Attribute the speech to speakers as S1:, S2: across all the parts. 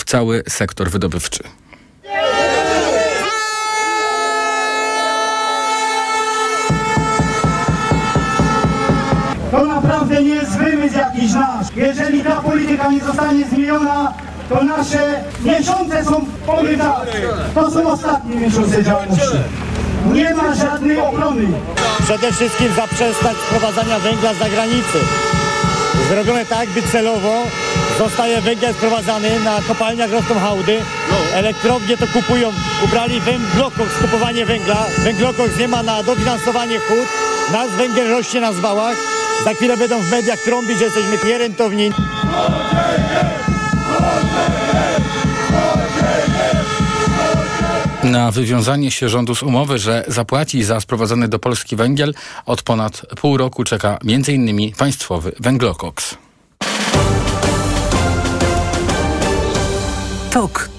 S1: cały sektor wydobywczy.
S2: To naprawdę nie jest wymysł jakiś nasz. Jeżeli ta polityka nie zostanie zmieniona, to nasze miesiące są pomywane. To są ostatnie miesiące działalności. Nie ma żadnej ochrony.
S3: Przede wszystkim zaprzestać sprowadzania węgla z zagranicy. Zrobione tak, by celowo zostaje węgiel sprowadzany, na kopalniach rosną hałdy, elektrownie to kupują, ubrali Węglokoks, kupowanie węgla, Węglokoks nie ma na dofinansowanie hut, nasz węgiel rośnie na zwałach, za chwilę będą w mediach trąbić, że jesteśmy nierentowni.
S1: Na wywiązanie się rządu z umowy, że zapłaci za sprowadzany do Polski węgiel, od ponad pół roku czeka m.in. państwowy Węglokoks.
S4: TOK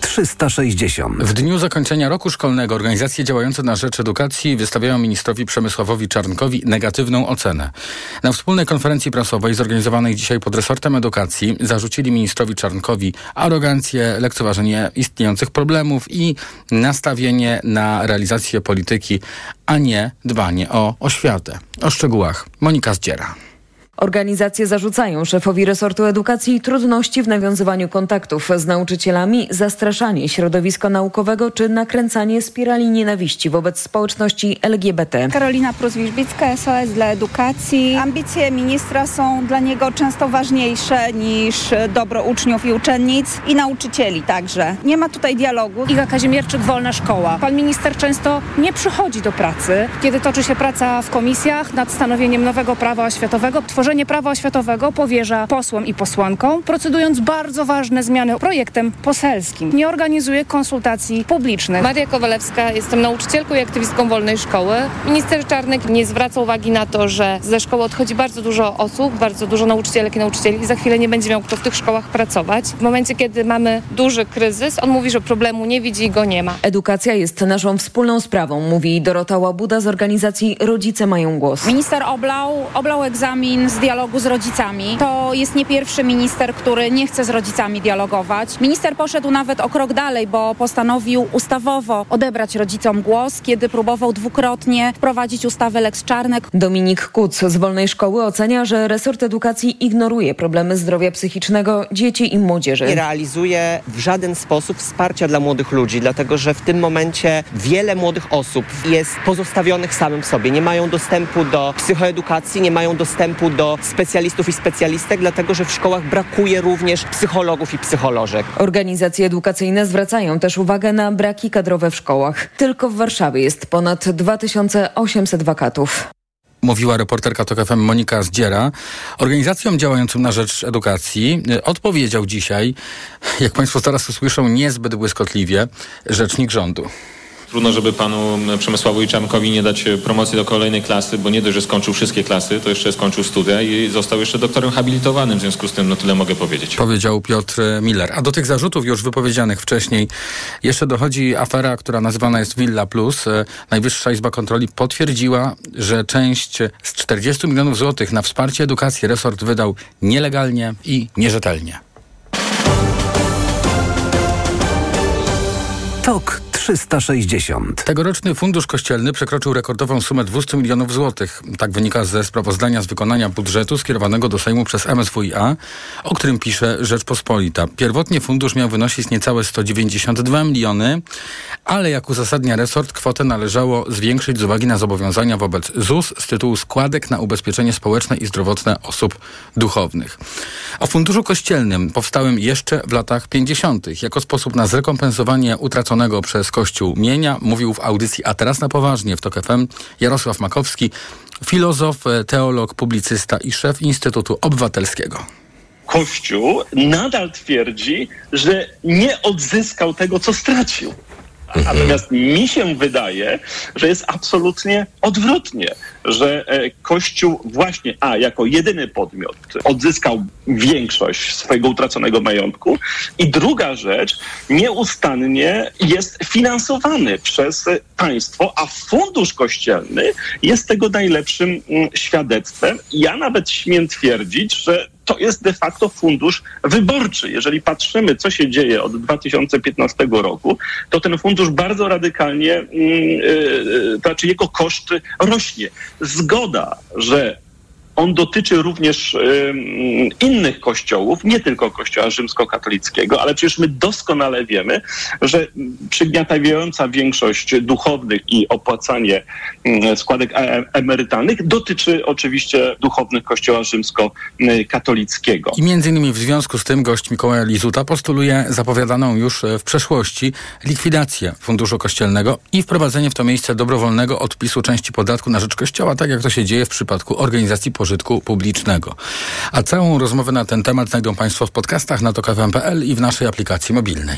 S4: 360.
S1: W dniu zakończenia roku szkolnego organizacje działające na rzecz edukacji wystawiają ministrowi Przemysławowi Czarnkowi negatywną ocenę. Na wspólnej konferencji prasowej zorganizowanej dzisiaj pod resortem edukacji zarzucili ministrowi Czarnkowi arogancję, lekceważenie istniejących problemów i nastawienie na realizację polityki, a nie dbanie o oświatę. O szczegółach Monika Zdziera.
S5: Organizacje zarzucają szefowi resortu edukacji trudności w nawiązywaniu kontaktów z nauczycielami, zastraszanie środowiska naukowego czy nakręcanie spirali nienawiści wobec społeczności LGBT.
S6: Karolina Prus-Wierzbicka, SOS dla edukacji. Ambicje ministra są dla niego często ważniejsze niż dobro uczniów i uczennic i nauczycieli także. Nie ma tutaj dialogu.
S7: Iga Kazimierczyk, Wolna Szkoła. Pan minister często nie przychodzi do pracy, kiedy toczy się praca w komisjach nad stanowieniem nowego prawa oświatowego. Tworzenie prawa oświatowego powierza posłom i posłankom, procedując bardzo ważne zmiany projektem poselskim. Nie organizuje konsultacji publicznych.
S8: Maria Kowalewska, jestem nauczycielką i aktywistką Wolnej Szkoły. Minister Czarnek nie zwraca uwagi na to, że ze szkoły odchodzi bardzo dużo osób, bardzo dużo nauczycielek i nauczycieli i za chwilę nie będzie miał kto w tych szkołach pracować. W momencie, kiedy mamy duży kryzys, on mówi, że problemu nie widzi i go nie ma.
S5: Edukacja jest naszą wspólną sprawą, mówi Dorota Łabuda z organizacji Rodzice mają głos.
S6: Minister oblał egzamin z dialogu z rodzicami. To jest nie pierwszy minister, który nie chce z rodzicami dialogować. Minister poszedł nawet o krok dalej, bo postanowił ustawowo odebrać rodzicom głos, kiedy próbował dwukrotnie wprowadzić ustawę Lex Czarnek.
S5: Dominik Kuc z Wolnej Szkoły ocenia, że resort edukacji ignoruje problemy zdrowia psychicznego dzieci i młodzieży.
S9: Nie realizuje w żaden sposób wsparcia dla młodych ludzi, dlatego że w tym momencie wiele młodych osób jest pozostawionych samym sobie. Nie mają dostępu do psychoedukacji, nie mają dostępu do specjalistów i specjalistek, dlatego że w szkołach brakuje również psychologów i psycholożek.
S5: Organizacje edukacyjne zwracają też uwagę na braki kadrowe w szkołach. Tylko w Warszawie jest ponad 2800 wakatów.
S1: Mówiła reporterka TOK FM Monika Zdziera. Organizacjom działającym na rzecz edukacji odpowiedział dzisiaj, jak Państwo zaraz usłyszą, niezbyt błyskotliwie rzecznik rządu.
S10: Trudno, żeby panu Przemysławowi Czarnkowi nie dać promocji do kolejnej klasy, bo nie dość, że skończył wszystkie klasy, to jeszcze skończył studia i został jeszcze doktorem habilitowanym. W związku z tym, tyle mogę powiedzieć. Powiedział Piotr Miller. A do tych zarzutów już wypowiedzianych wcześniej jeszcze dochodzi afera, która nazywana jest Villa Plus. Najwyższa Izba Kontroli potwierdziła, że część z 40 milionów złotych na wsparcie edukacji resort wydał nielegalnie i nierzetelnie.
S4: TOK 360.
S1: Tegoroczny Fundusz Kościelny przekroczył rekordową sumę 200 milionów złotych. Tak wynika ze sprawozdania z wykonania budżetu skierowanego do Sejmu przez MSWiA, o którym pisze Rzeczpospolita. Pierwotnie fundusz miał wynosić niecałe 192 miliony, ale jak uzasadnia resort, kwotę należało zwiększyć z uwagi na zobowiązania wobec ZUS z tytułu składek na ubezpieczenie społeczne i zdrowotne osób duchownych. O Funduszu Kościelnym powstałym jeszcze w latach 50. jako sposób na zrekompensowanie utraconego przez Kościół mienia mówił w audycji A teraz na poważnie w TOK FM Jarosław Makowski, filozof, teolog, publicysta i szef Instytutu Obywatelskiego.
S11: Kościół nadal twierdzi, że nie odzyskał tego, co stracił. Natomiast mi się wydaje, że jest absolutnie odwrotnie, że Kościół właśnie jako jedyny podmiot odzyskał większość swojego utraconego majątku i druga rzecz, nieustannie jest finansowany przez państwo, a Fundusz Kościelny jest tego najlepszym świadectwem. Ja nawet śmiem twierdzić, że to jest de facto fundusz wyborczy. Jeżeli patrzymy, co się dzieje od 2015 roku, to ten fundusz bardzo radykalnie, znaczy jego koszt rośnie. Zgoda, że on dotyczy również innych kościołów, nie tylko kościoła rzymskokatolickiego, ale przecież my doskonale wiemy, że przygniatająca większość duchownych i opłacanie składek emerytalnych dotyczy oczywiście duchownych kościoła rzymskokatolickiego.
S1: I między innymi w związku z tym gość Mikołaja Lizuta postuluje zapowiadaną już w przeszłości likwidację funduszu kościelnego i wprowadzenie w to miejsce dobrowolnego odpisu części podatku na rzecz kościoła, tak jak to się dzieje w przypadku organizacji pożytku publicznego. A całą rozmowę na ten temat znajdą Państwo w podcastach na tok.fm.pl i w naszej aplikacji mobilnej.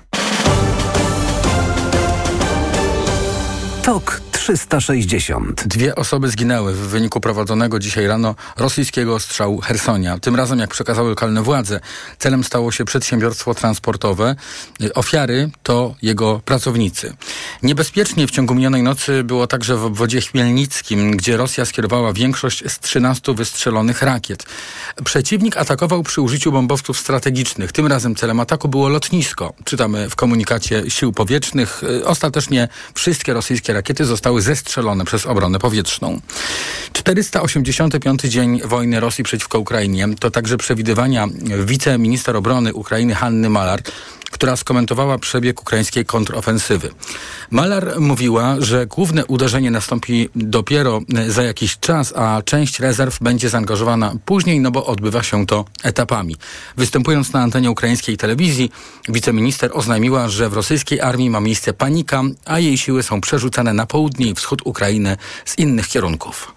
S4: TOK 360.
S1: 2 osoby zginęły w wyniku prowadzonego dzisiaj rano rosyjskiego ostrzału Chersonia. Tym razem, jak przekazały lokalne władze, celem stało się przedsiębiorstwo transportowe. Ofiary to jego pracownicy. Niebezpiecznie w ciągu minionej nocy było także w obwodzie chmielnickim, gdzie Rosja skierowała większość z 13 wystrzelonych rakiet. Przeciwnik atakował przy użyciu bombowców strategicznych. Tym razem celem ataku było lotnisko. Czytamy w komunikacie Sił Powietrznych. Ostatecznie wszystkie rosyjskie rakiety zostały zestrzelone przez obronę powietrzną. 485. dzień wojny Rosji przeciwko Ukrainie to także przewidywania wiceminister obrony Ukrainy Hanny Malar, która skomentowała przebieg ukraińskiej kontrofensywy. Malar mówiła, że główne uderzenie nastąpi dopiero za jakiś czas, a część rezerw będzie zaangażowana później, bo odbywa się to etapami. Występując na antenie ukraińskiej telewizji, wiceminister oznajmiła, że w rosyjskiej armii ma miejsce panika, a jej siły są przerzucane na południe i wschód Ukrainy z innych kierunków.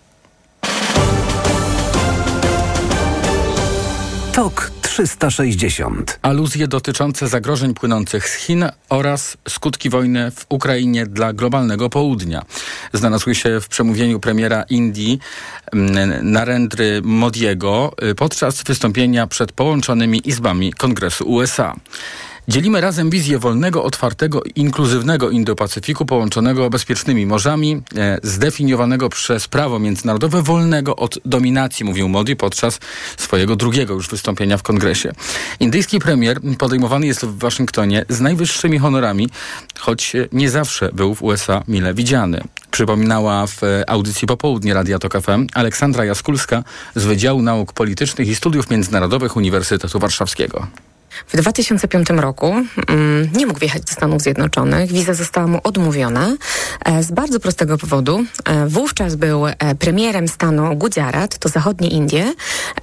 S4: TOK 360.
S1: Aluzje dotyczące zagrożeń płynących z Chin oraz skutki wojny w Ukrainie dla globalnego południa znalazły się w przemówieniu premiera Indii Narendry Modiego podczas wystąpienia przed połączonymi izbami Kongresu USA. Dzielimy razem wizję wolnego, otwartego, inkluzywnego Indo-Pacyfiku połączonego bezpiecznymi morzami, zdefiniowanego przez prawo międzynarodowe, wolnego od dominacji, mówił Modi podczas swojego drugiego już wystąpienia w Kongresie. Indyjski premier podejmowany jest w Waszyngtonie z najwyższymi honorami, choć nie zawsze był w USA mile widziany. Przypominała w audycji Popołudnie Radia Tok FM Aleksandra Jaskulska z Wydziału Nauk Politycznych i Studiów Międzynarodowych Uniwersytetu Warszawskiego.
S12: W 2005 roku nie mógł wjechać do Stanów Zjednoczonych. Wiza została mu odmówiona z bardzo prostego powodu. Wówczas był premierem stanu Gujarat, to zachodnie Indie,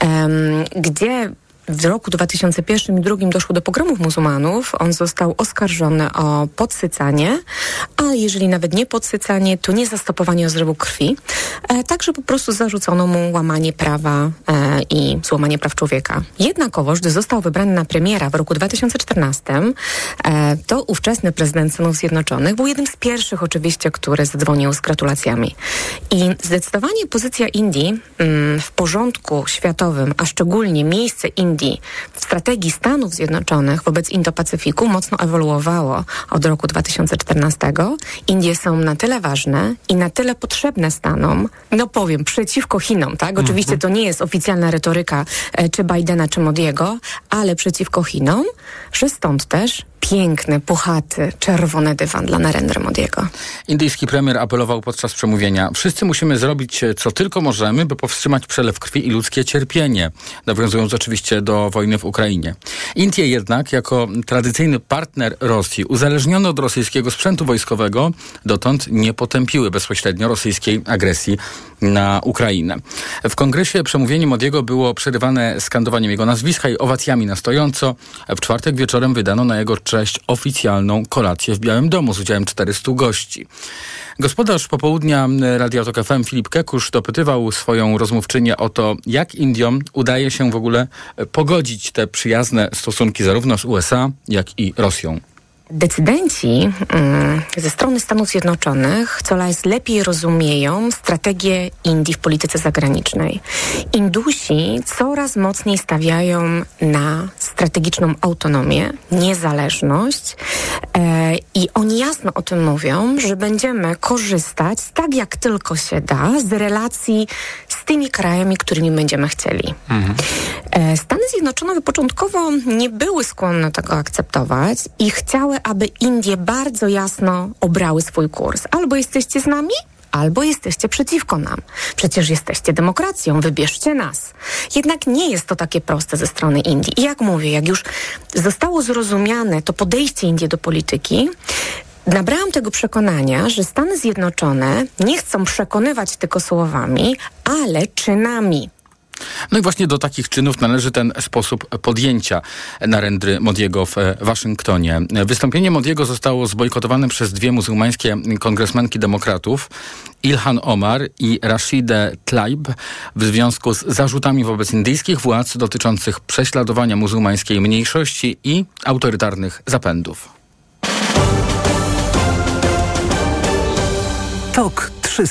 S12: gdzie w roku 2001 i 2002 doszło do pogromów muzułmanów. On został oskarżony o podsycanie, a jeżeli nawet nie podsycanie, to nie zastopowanie rozlewu krwi. Także po prostu zarzucono mu łamanie prawa i złamanie praw człowieka. Jednakowoż, gdy został wybrany na premiera w roku 2014, to ówczesny prezydent Stanów Zjednoczonych był jednym z pierwszych oczywiście, który zadzwonił z gratulacjami. I zdecydowanie pozycja Indii w porządku światowym, a szczególnie miejsce Indii w strategii Stanów Zjednoczonych wobec Indo-Pacyfiku mocno ewoluowało od roku 2014. Indie są na tyle ważne i na tyle potrzebne Stanom, przeciwko Chinom, tak? Oczywiście to nie jest oficjalna retoryka czy Bidena, czy Modiego, ale przeciwko Chinom, że stąd też piękny, puchaty, czerwony dywan dla Narendry Modiego.
S1: Indyjski premier apelował podczas przemówienia: wszyscy musimy zrobić, co tylko możemy, by powstrzymać przelew krwi i ludzkie cierpienie, nawiązując oczywiście do wojny w Ukrainie. Indie jednak, jako tradycyjny partner Rosji, uzależniony od rosyjskiego sprzętu wojskowego, dotąd nie potępiły bezpośrednio rosyjskiej agresji na Ukrainę. W kongresie przemówienie Modiego było przerywane skandowaniem jego nazwiska i owacjami na stojąco. W czwartek wieczorem wydano na jego cześć oficjalną kolację w Białym Domu z udziałem 400 gości. Gospodarz Popołudnia Radia Tok FM Filip Kekusz dopytywał swoją rozmówczynię o to, jak Indiom udaje się w ogóle pogodzić te przyjazne stosunki zarówno z USA, jak i Rosją.
S12: decydenci ze strony Stanów Zjednoczonych coraz lepiej rozumieją strategię Indii w polityce zagranicznej. Indusi coraz mocniej stawiają na strategiczną autonomię, niezależność i oni jasno o tym mówią, że będziemy korzystać tak jak tylko się da z relacji z tymi krajami, którymi będziemy chcieli. Stany Zjednoczone początkowo nie były skłonne tego akceptować i chciały, aby Indie bardzo jasno obrały swój kurs. Albo jesteście z nami, albo jesteście przeciwko nam. Przecież jesteście demokracją, wybierzcie nas. Jednak nie jest to takie proste ze strony Indii. I jak mówię, jak już zostało zrozumiane to podejście Indii do polityki, nabrałam tego przekonania, że Stany Zjednoczone nie chcą przekonywać tylko słowami, ale czynami.
S1: No i właśnie do takich czynów należy ten sposób podjęcia Narendry Modiego w Waszyngtonie. Wystąpienie Modiego zostało zbojkotowane przez dwie muzułmańskie kongresmenki demokratów, Ilhan Omar i Rashida Tlaib, w związku z zarzutami wobec indyjskich władz dotyczących prześladowania muzułmańskiej mniejszości i autorytarnych zapędów.
S4: TOK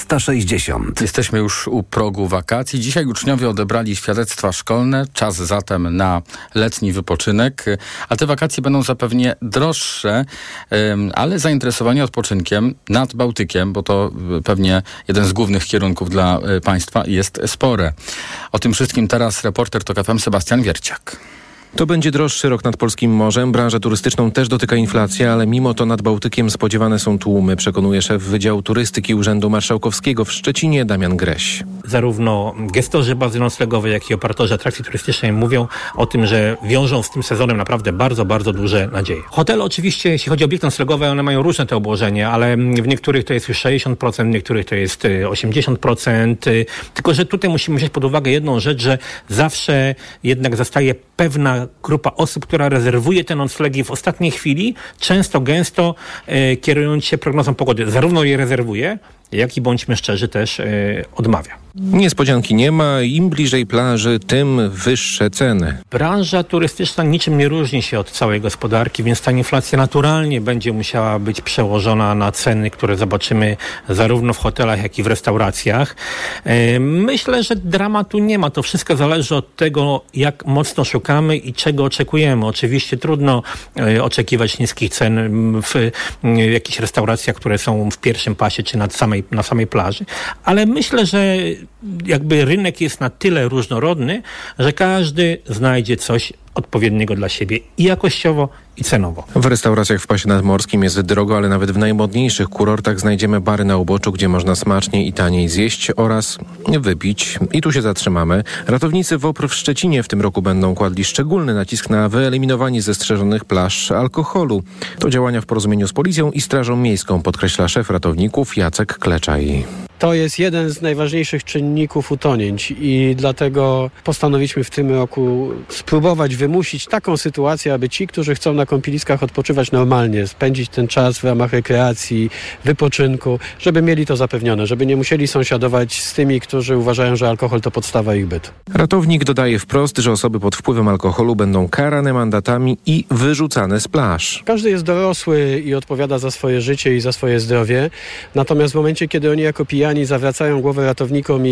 S4: 360.
S1: Jesteśmy już u progu wakacji. Dzisiaj uczniowie odebrali świadectwa szkolne. Czas zatem na letni wypoczynek. A te wakacje będą zapewne droższe, ale zainteresowanie odpoczynkiem nad Bałtykiem, bo to pewnie jeden z głównych kierunków dla państwa, jest spore. O tym wszystkim teraz reporter TOK FM Sebastian Wierciak.
S13: To będzie droższy rok nad polskim morzem. Branżę turystyczną też dotyka inflacja, ale mimo to nad Bałtykiem spodziewane są tłumy, przekonuje szef Wydziału Turystyki Urzędu Marszałkowskiego w Szczecinie Damian Greś.
S14: Zarówno gestorzy bazy noclegowej, jak i operatorzy atrakcji turystycznej mówią o tym, że wiążą z tym sezonem naprawdę bardzo, bardzo duże nadzieje. Hotele oczywiście, jeśli chodzi o obiekty noclegowe, one mają różne te obłożenie, ale w niektórych to jest już 60%, w niektórych to jest 80%. Tylko że tutaj musimy wziąć pod uwagę jedną rzecz, że zawsze jednak zostaje pewna grupa osób, która rezerwuje te noclegi w ostatniej chwili, często, gęsto kierując się prognozą pogody. Zarówno je rezerwuje, jak i bądźmy szczerzy też odmawia.
S13: Niespodzianki nie ma. Im bliżej plaży, tym wyższe ceny.
S14: Branża turystyczna niczym nie różni się od całej gospodarki, więc ta inflacja naturalnie będzie musiała być przełożona na ceny, które zobaczymy zarówno w hotelach, jak i w restauracjach. Myślę, że dramatu nie ma. To wszystko zależy od tego, jak mocno szukamy i czego oczekujemy. Oczywiście trudno oczekiwać niskich cen w jakichś restauracjach, które są w pierwszym pasie czy na samej plaży, ale myślę, że jakby rynek jest na tyle różnorodny, że każdy znajdzie coś odpowiedniego dla siebie i jakościowo, i cenowo.
S13: W restauracjach w pasie nadmorskim jest drogo, ale nawet w najmodniejszych kurortach znajdziemy bary na uboczu, gdzie można smacznie i taniej zjeść oraz wypić. I tu się zatrzymamy. Ratownicy WOPR w Szczecinie w tym roku będą kładli szczególny nacisk na wyeliminowanie ze strzeżonych plaż alkoholu. To działania w porozumieniu z policją i Strażą Miejską, podkreśla szef ratowników Jacek Kleczaj.
S15: To jest jeden z najważniejszych czynników utonięć i dlatego postanowiliśmy w tym roku spróbować wymusić taką sytuację, aby ci, którzy chcą na kąpieliskach odpoczywać normalnie, spędzić ten czas w ramach rekreacji, wypoczynku, żeby mieli to zapewnione, żeby nie musieli sąsiadować z tymi, którzy uważają, że alkohol to podstawa ich bytu.
S13: Ratownik dodaje wprost, że osoby pod wpływem alkoholu będą karane mandatami i wyrzucane z plaż.
S15: Każdy jest dorosły i odpowiada za swoje życie i za swoje zdrowie, natomiast w momencie, kiedy oni jako pijani zawracają głowę ratownikom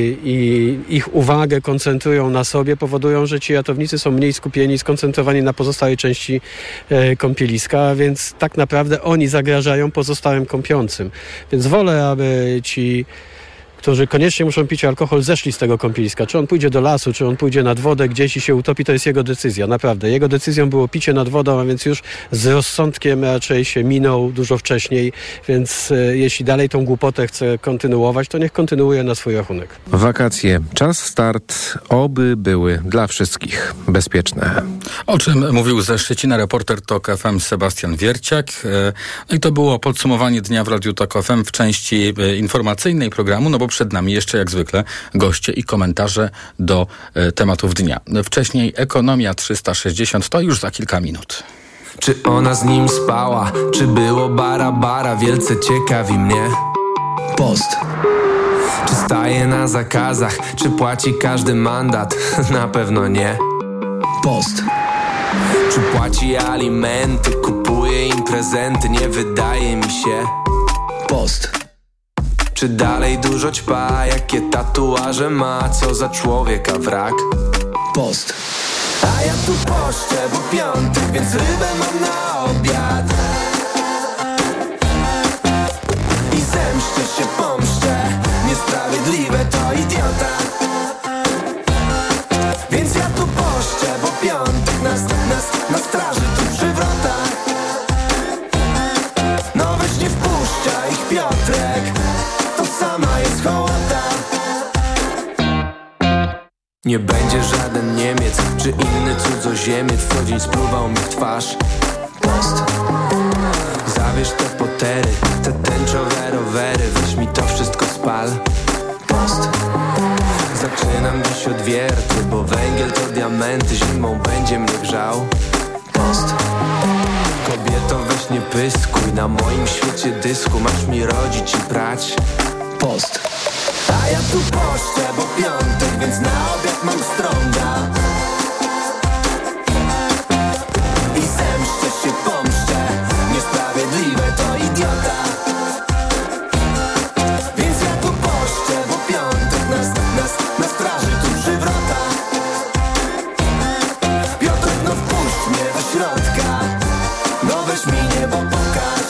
S15: i ich uwagę koncentrują na sobie, powodują, że ci ratownicy są mniej skupieni, skoncentrowani na pozostałej części kąpieliska, więc tak naprawdę oni zagrażają pozostałym kąpiącym. Więc wolę, aby ci, którzy koniecznie muszą pić alkohol, zeszli z tego kąpieliska. Czy on pójdzie do lasu, czy on pójdzie nad wodę gdzieś i się utopi, to jest jego decyzja. Naprawdę. Jego decyzją było picie nad wodą, a więc już z rozsądkiem raczej się minął dużo wcześniej, więc jeśli dalej tą głupotę chce kontynuować, to niech kontynuuje na swój rachunek.
S13: Wakacje. Czas start. Oby były dla wszystkich bezpieczne.
S1: O czym mówił ze Szczecina reporter TOK FM Sebastian Wierciak. No i to było podsumowanie dnia w Radiu TOK FM w części informacyjnej programu, no bo przed nami jeszcze jak zwykle goście i komentarze do tematów dnia. Wcześniej Ekonomia 360, to już za kilka minut.
S16: Czy ona z nim spała? Czy było bara? Wielce ciekawi mnie Post. Czy staje na zakazach? Czy płaci każdy mandat? Na pewno nie Post. Czy płaci alimenty? Kupuje Moje im prezenty, nie wydaje mi się. Post. Czy dalej dużo ćpa, jakie tatuaże ma, co za człowieka wrak? Post. A ja tu poszczę, bo piątek, więc rybę mam na obiad. I zemszczę się, pomszczę, niesprawiedliwe to idiota. Więc ja tu poszczę, bo piątek nas na straży tu przy wrotach. No weź nie wpuszcza ich Piotrek, to sama jest hołota. Nie będzie żaden Niemiec czy inny cudzoziemiec, co dzień spluwał mi w twarz. Post. Zabierz te potery, te tęczowe rowery, weź mi to wszystko spal. Post. Zaczynam dziś od wierty, bo węgiel to diamenty, zimą będzie mnie grzał. Post. Kobieto, weź nie pyskuj, na moim świecie dysku masz mi rodzić i prać. Post. A ja tu poszczę, bo piątek, więc na obiad mam strąga. I zemszczę się, pomszczę, niesprawiedliwe to idiota. Więc ja tu poszczę, bo piątek nas na straży tu przy wrotach. Piotrek, no wpuść mnie do środka, no weź mi niebo pokaż.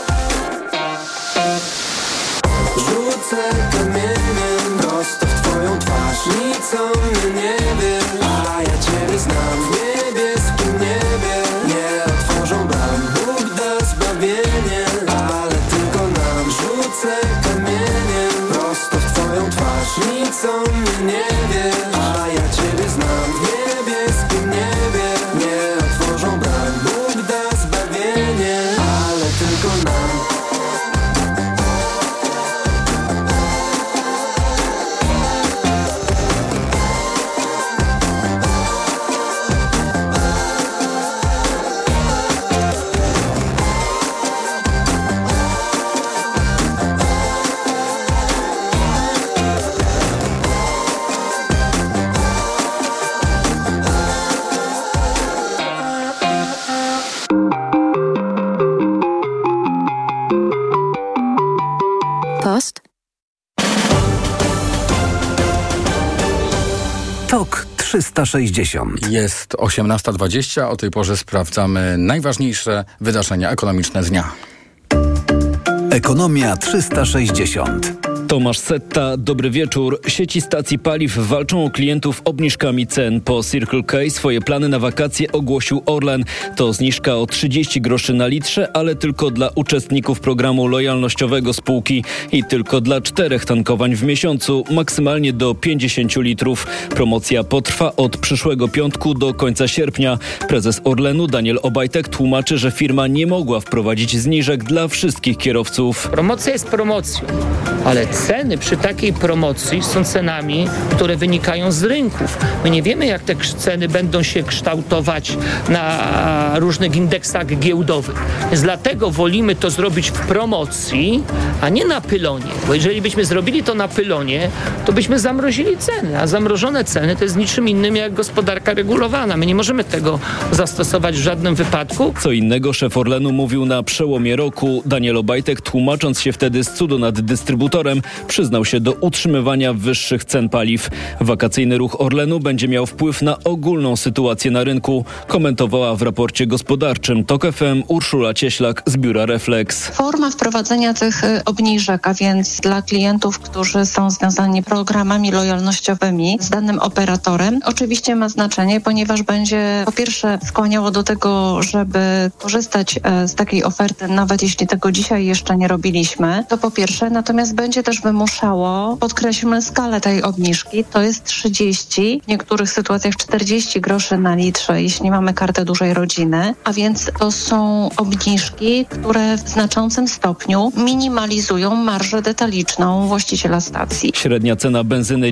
S16: Rzucę kamieniem prosto w twoją twarz, nic o mnie nie wie, a ja ciebie znam. W niebieskim niebie nie otworzą bram, Bóg da zbawienie, ale tylko nam. Rzucę kamieniem prosto w twoją twarz, nic o mnie nie wie, a ja ciebie znam. W niebieskim niebie nie otworzą bram, Bóg da zbawienie, ale tylko nam.
S17: Post.
S4: TOK 360.
S1: Jest 18:20, o tej porze sprawdzamy najważniejsze wydarzenia ekonomiczne z dnia.
S4: Ekonomia 360.
S18: Tomasz Setta, dobry wieczór. Sieci stacji paliw walczą o klientów obniżkami cen. Po Circle K swoje plany na wakacje ogłosił Orlen. To zniżka o 30 groszy na litrze, ale tylko dla uczestników programu lojalnościowego spółki i tylko dla 4 tankowań w miesiącu, maksymalnie do 50 litrów. Promocja potrwa od przyszłego piątku do końca sierpnia. Prezes Orlenu Daniel Obajtek tłumaczy, że firma nie mogła wprowadzić zniżek dla wszystkich kierowców.
S19: Promocja jest promocją, ale ceny przy takiej promocji są cenami, które wynikają z rynków. My nie wiemy, jak te ceny będą się kształtować na różnych indeksach giełdowych. Więc dlatego wolimy to zrobić w promocji, a nie na pylonie. Bo jeżeli byśmy zrobili to na pylonie, to byśmy zamrozili ceny, a zamrożone ceny to jest niczym innym jak gospodarka regulowana. My nie możemy tego zastosować w żadnym wypadku.
S18: Co innego szef Orlenu mówił na przełomie roku. Daniel Obajtek, tłumacząc się wtedy z cudu nad dystrybutorem, przyznał się do utrzymywania wyższych cen paliw. Wakacyjny ruch Orlenu będzie miał wpływ na ogólną sytuację na rynku, komentowała w raporcie gospodarczym TOK FM Urszula Cieślak z biura Reflex.
S20: Forma wprowadzenia tych obniżek, a więc dla klientów, którzy są związani programami lojalnościowymi z danym operatorem, oczywiście ma znaczenie, ponieważ będzie po pierwsze skłaniało do tego, żeby korzystać z takiej oferty, nawet jeśli tego dzisiaj jeszcze nie robiliśmy. To po pierwsze, natomiast będzie też wymuszało, podkreślmy skalę tej obniżki, to jest 30, w niektórych sytuacjach 40 groszy na litrze, jeśli mamy kartę dużej rodziny, a więc to są obniżki, które w znaczącym stopniu minimalizują marżę detaliczną właściciela stacji.
S18: Średnia cena benzyny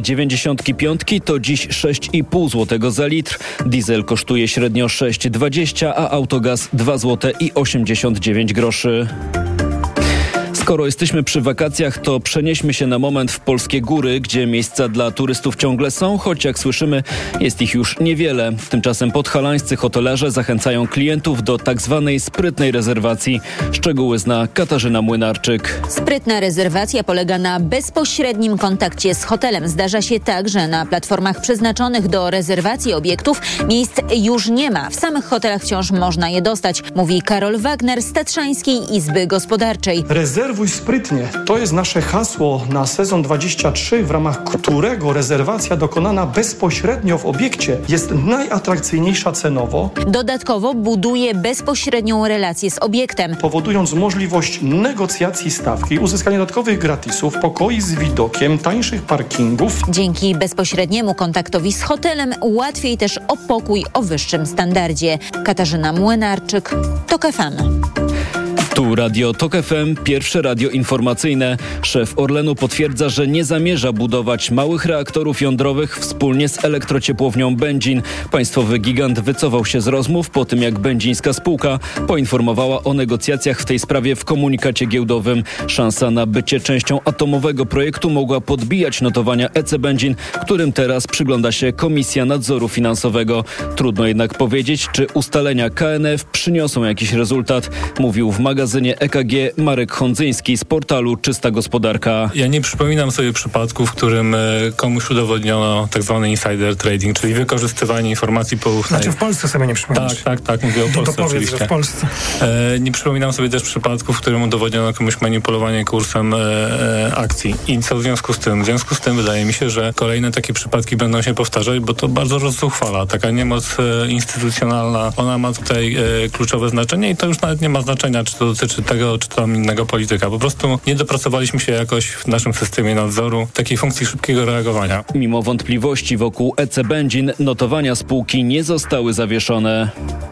S18: 95 to dziś 6,5 zł za litr, diesel kosztuje średnio 6,20, a autogaz 2 zł i 89 groszy. Skoro jesteśmy przy wakacjach, to przenieśmy się na moment w polskie góry, gdzie miejsca dla turystów ciągle są, choć jak słyszymy, jest ich już niewiele. Tymczasem podhalańscy hotelarze zachęcają klientów do tak zwanej sprytnej rezerwacji. Szczegóły zna Katarzyna Młynarczyk.
S17: Sprytna rezerwacja polega na bezpośrednim kontakcie z hotelem. Zdarza się tak, że na platformach przeznaczonych do rezerwacji obiektów miejsc już nie ma. W samych hotelach wciąż można je dostać, mówi Karol Wagner z Tatrzańskiej Izby Gospodarczej.
S21: Rezerwuj sprytnie. To jest nasze hasło na sezon 23, w ramach którego rezerwacja dokonana bezpośrednio w obiekcie jest najatrakcyjniejsza cenowo.
S17: Dodatkowo buduje bezpośrednią relację z obiektem,
S21: powodując możliwość negocjacji stawki, uzyskania dodatkowych gratisów, pokoi z widokiem, tańszych parkingów.
S17: Dzięki bezpośredniemu kontaktowi z hotelem łatwiej też o pokój o wyższym standardzie. Katarzyna Młynarczyk, TOK FM.
S18: Tu Radio TOK FM, pierwsze radio informacyjne. Szef Orlenu potwierdza, że nie zamierza budować małych reaktorów jądrowych wspólnie z elektrociepłownią Będzin. Państwowy gigant wycofał się z rozmów po tym, jak będzińska spółka poinformowała o negocjacjach w tej sprawie w komunikacie giełdowym. Szansa na bycie częścią atomowego projektu mogła podbijać notowania EC Będzin, którym teraz przygląda się Komisja Nadzoru Finansowego. Trudno jednak powiedzieć, czy ustalenia KNF przyniosą jakiś rezultat, mówił w magazynie EKG Marek Hondzyński z portalu Czysta Gospodarka.
S22: Ja nie przypominam sobie przypadku, w którym komuś udowodniono tak zwany insider trading, czyli wykorzystywanie informacji poufnej.
S23: Znaczy w Polsce sobie nie przypominasz.
S22: Tak, mówię o Polsce
S23: to
S22: oczywiście.
S23: Że w Polsce.
S22: Nie przypominam sobie też przypadku, w którym udowodniono komuś manipulowanie kursem akcji. I co w związku z tym? W związku z tym wydaje mi się, że kolejne takie przypadki będą się powtarzać, bo to bardzo rozzuchwala. Taka niemoc instytucjonalna, ona ma tutaj kluczowe znaczenie i to już nawet nie ma znaczenia, czy to dotyczy tego, czy tam innego polityka. Po prostu nie dopracowaliśmy się jakoś w naszym systemie nadzoru takiej funkcji szybkiego reagowania.
S18: Mimo wątpliwości wokół EC Będzin, notowania spółki nie zostały zawieszone.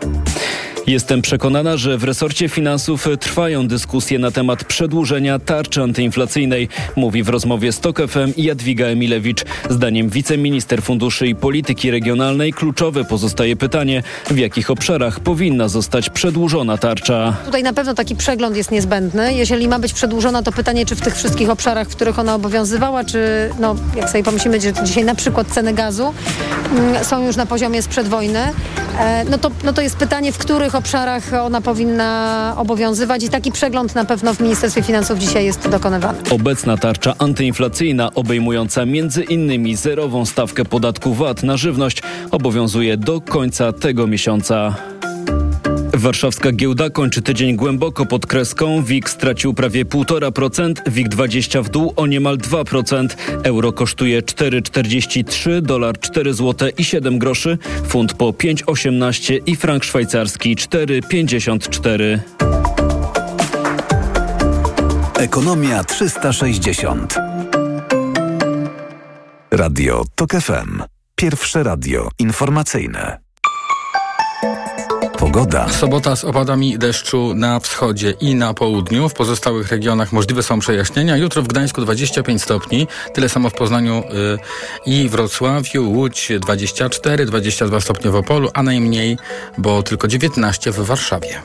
S18: Jestem przekonana, że w resorcie finansów trwają dyskusje na temat przedłużenia tarczy antyinflacyjnej, mówi w rozmowie z TOK FM Jadwiga Emilewicz. Zdaniem wiceminister funduszy i polityki regionalnej kluczowe pozostaje pytanie, w jakich obszarach powinna zostać przedłużona tarcza.
S24: Tutaj na pewno taki przegląd jest niezbędny. Jeżeli ma być przedłużona, to pytanie, czy w tych wszystkich obszarach, w których ona obowiązywała, czy jak sobie pomyślimy, że dzisiaj na przykład ceny gazu są już na poziomie sprzed wojny, to jest pytanie, w których obszarach ona powinna obowiązywać i taki przegląd na pewno w Ministerstwie Finansów dzisiaj jest dokonywany.
S18: Obecna tarcza antyinflacyjna obejmująca m.in. zerową stawkę podatku VAT na żywność obowiązuje do końca tego miesiąca. Warszawska giełda kończy tydzień głęboko pod kreską. WIG stracił prawie 1,5%, WIG20 w dół o niemal 2%. Euro kosztuje 4,43, dolar 4 zł i 7 groszy, funt po 5,18 i frank szwajcarski 4,54.
S4: Ekonomia 360. Radio TOK FM. Pierwsze radio informacyjne. Pogoda.
S1: Sobota z opadami deszczu na wschodzie i na południu. W pozostałych regionach możliwe są przejaśnienia. Jutro w Gdańsku 25 stopni. Tyle samo w Poznaniu i Wrocławiu. Łódź 24, 22 stopnie w Opolu, a najmniej, bo tylko 19 w Warszawie.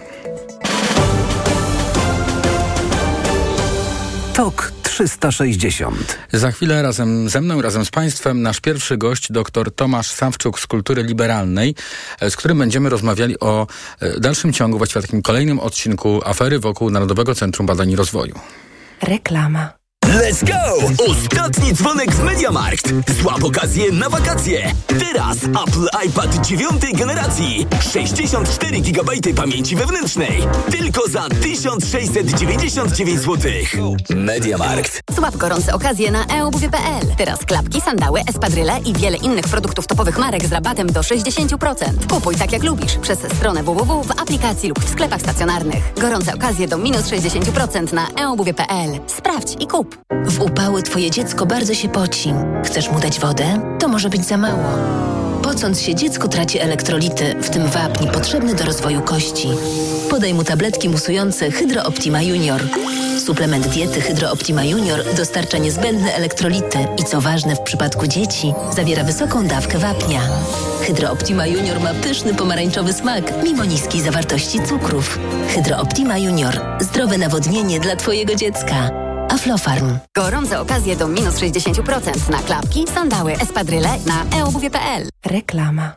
S4: TOK 360.
S1: Za chwilę razem ze mną, razem z Państwem nasz pierwszy gość, dr Tomasz Sawczuk z Kultury Liberalnej, z którym będziemy rozmawiali o dalszym ciągu, właściwie takim kolejnym odcinku afery wokół Narodowego Centrum Badań i Rozwoju.
S25: Reklama. Let's go! Ostatni dzwonek w MediaMarkt. Złap okazję na wakacje. Teraz Apple iPad 9 generacji. 64 GB pamięci wewnętrznej. Tylko za 1699 zł. MediaMarkt.
S26: Złap gorące okazje na eobuwie.pl. Teraz klapki, sandały, espadryle i wiele innych produktów topowych marek z rabatem do 60%. Kupuj tak jak lubisz przez stronę www, w aplikacji lub w sklepach stacjonarnych. Gorące okazje do minus 60% na eobuwie.pl. Sprawdź i kup.
S27: W upały twoje dziecko bardzo się poci. Chcesz mu dać wodę? To może być za mało. Po
S2: Pocąc się, dziecko traci elektrolity, w tym wapń potrzebny do rozwoju kości. Podaj mu tabletki musujące Hydro Optima Junior. Suplement diety Hydro Optima Junior dostarcza niezbędne elektrolity i co ważne w przypadku dzieci, zawiera wysoką dawkę wapnia. Hydro Optima Junior ma pyszny pomarańczowy smak, mimo niskiej zawartości cukrów. Hydro Optima Junior. Zdrowe nawodnienie dla Twojego dziecka. Aflofarm.
S26: Gorące okazje do minus 60% na klapki, sandały, espadryle na eobuwie.pl. Reklama.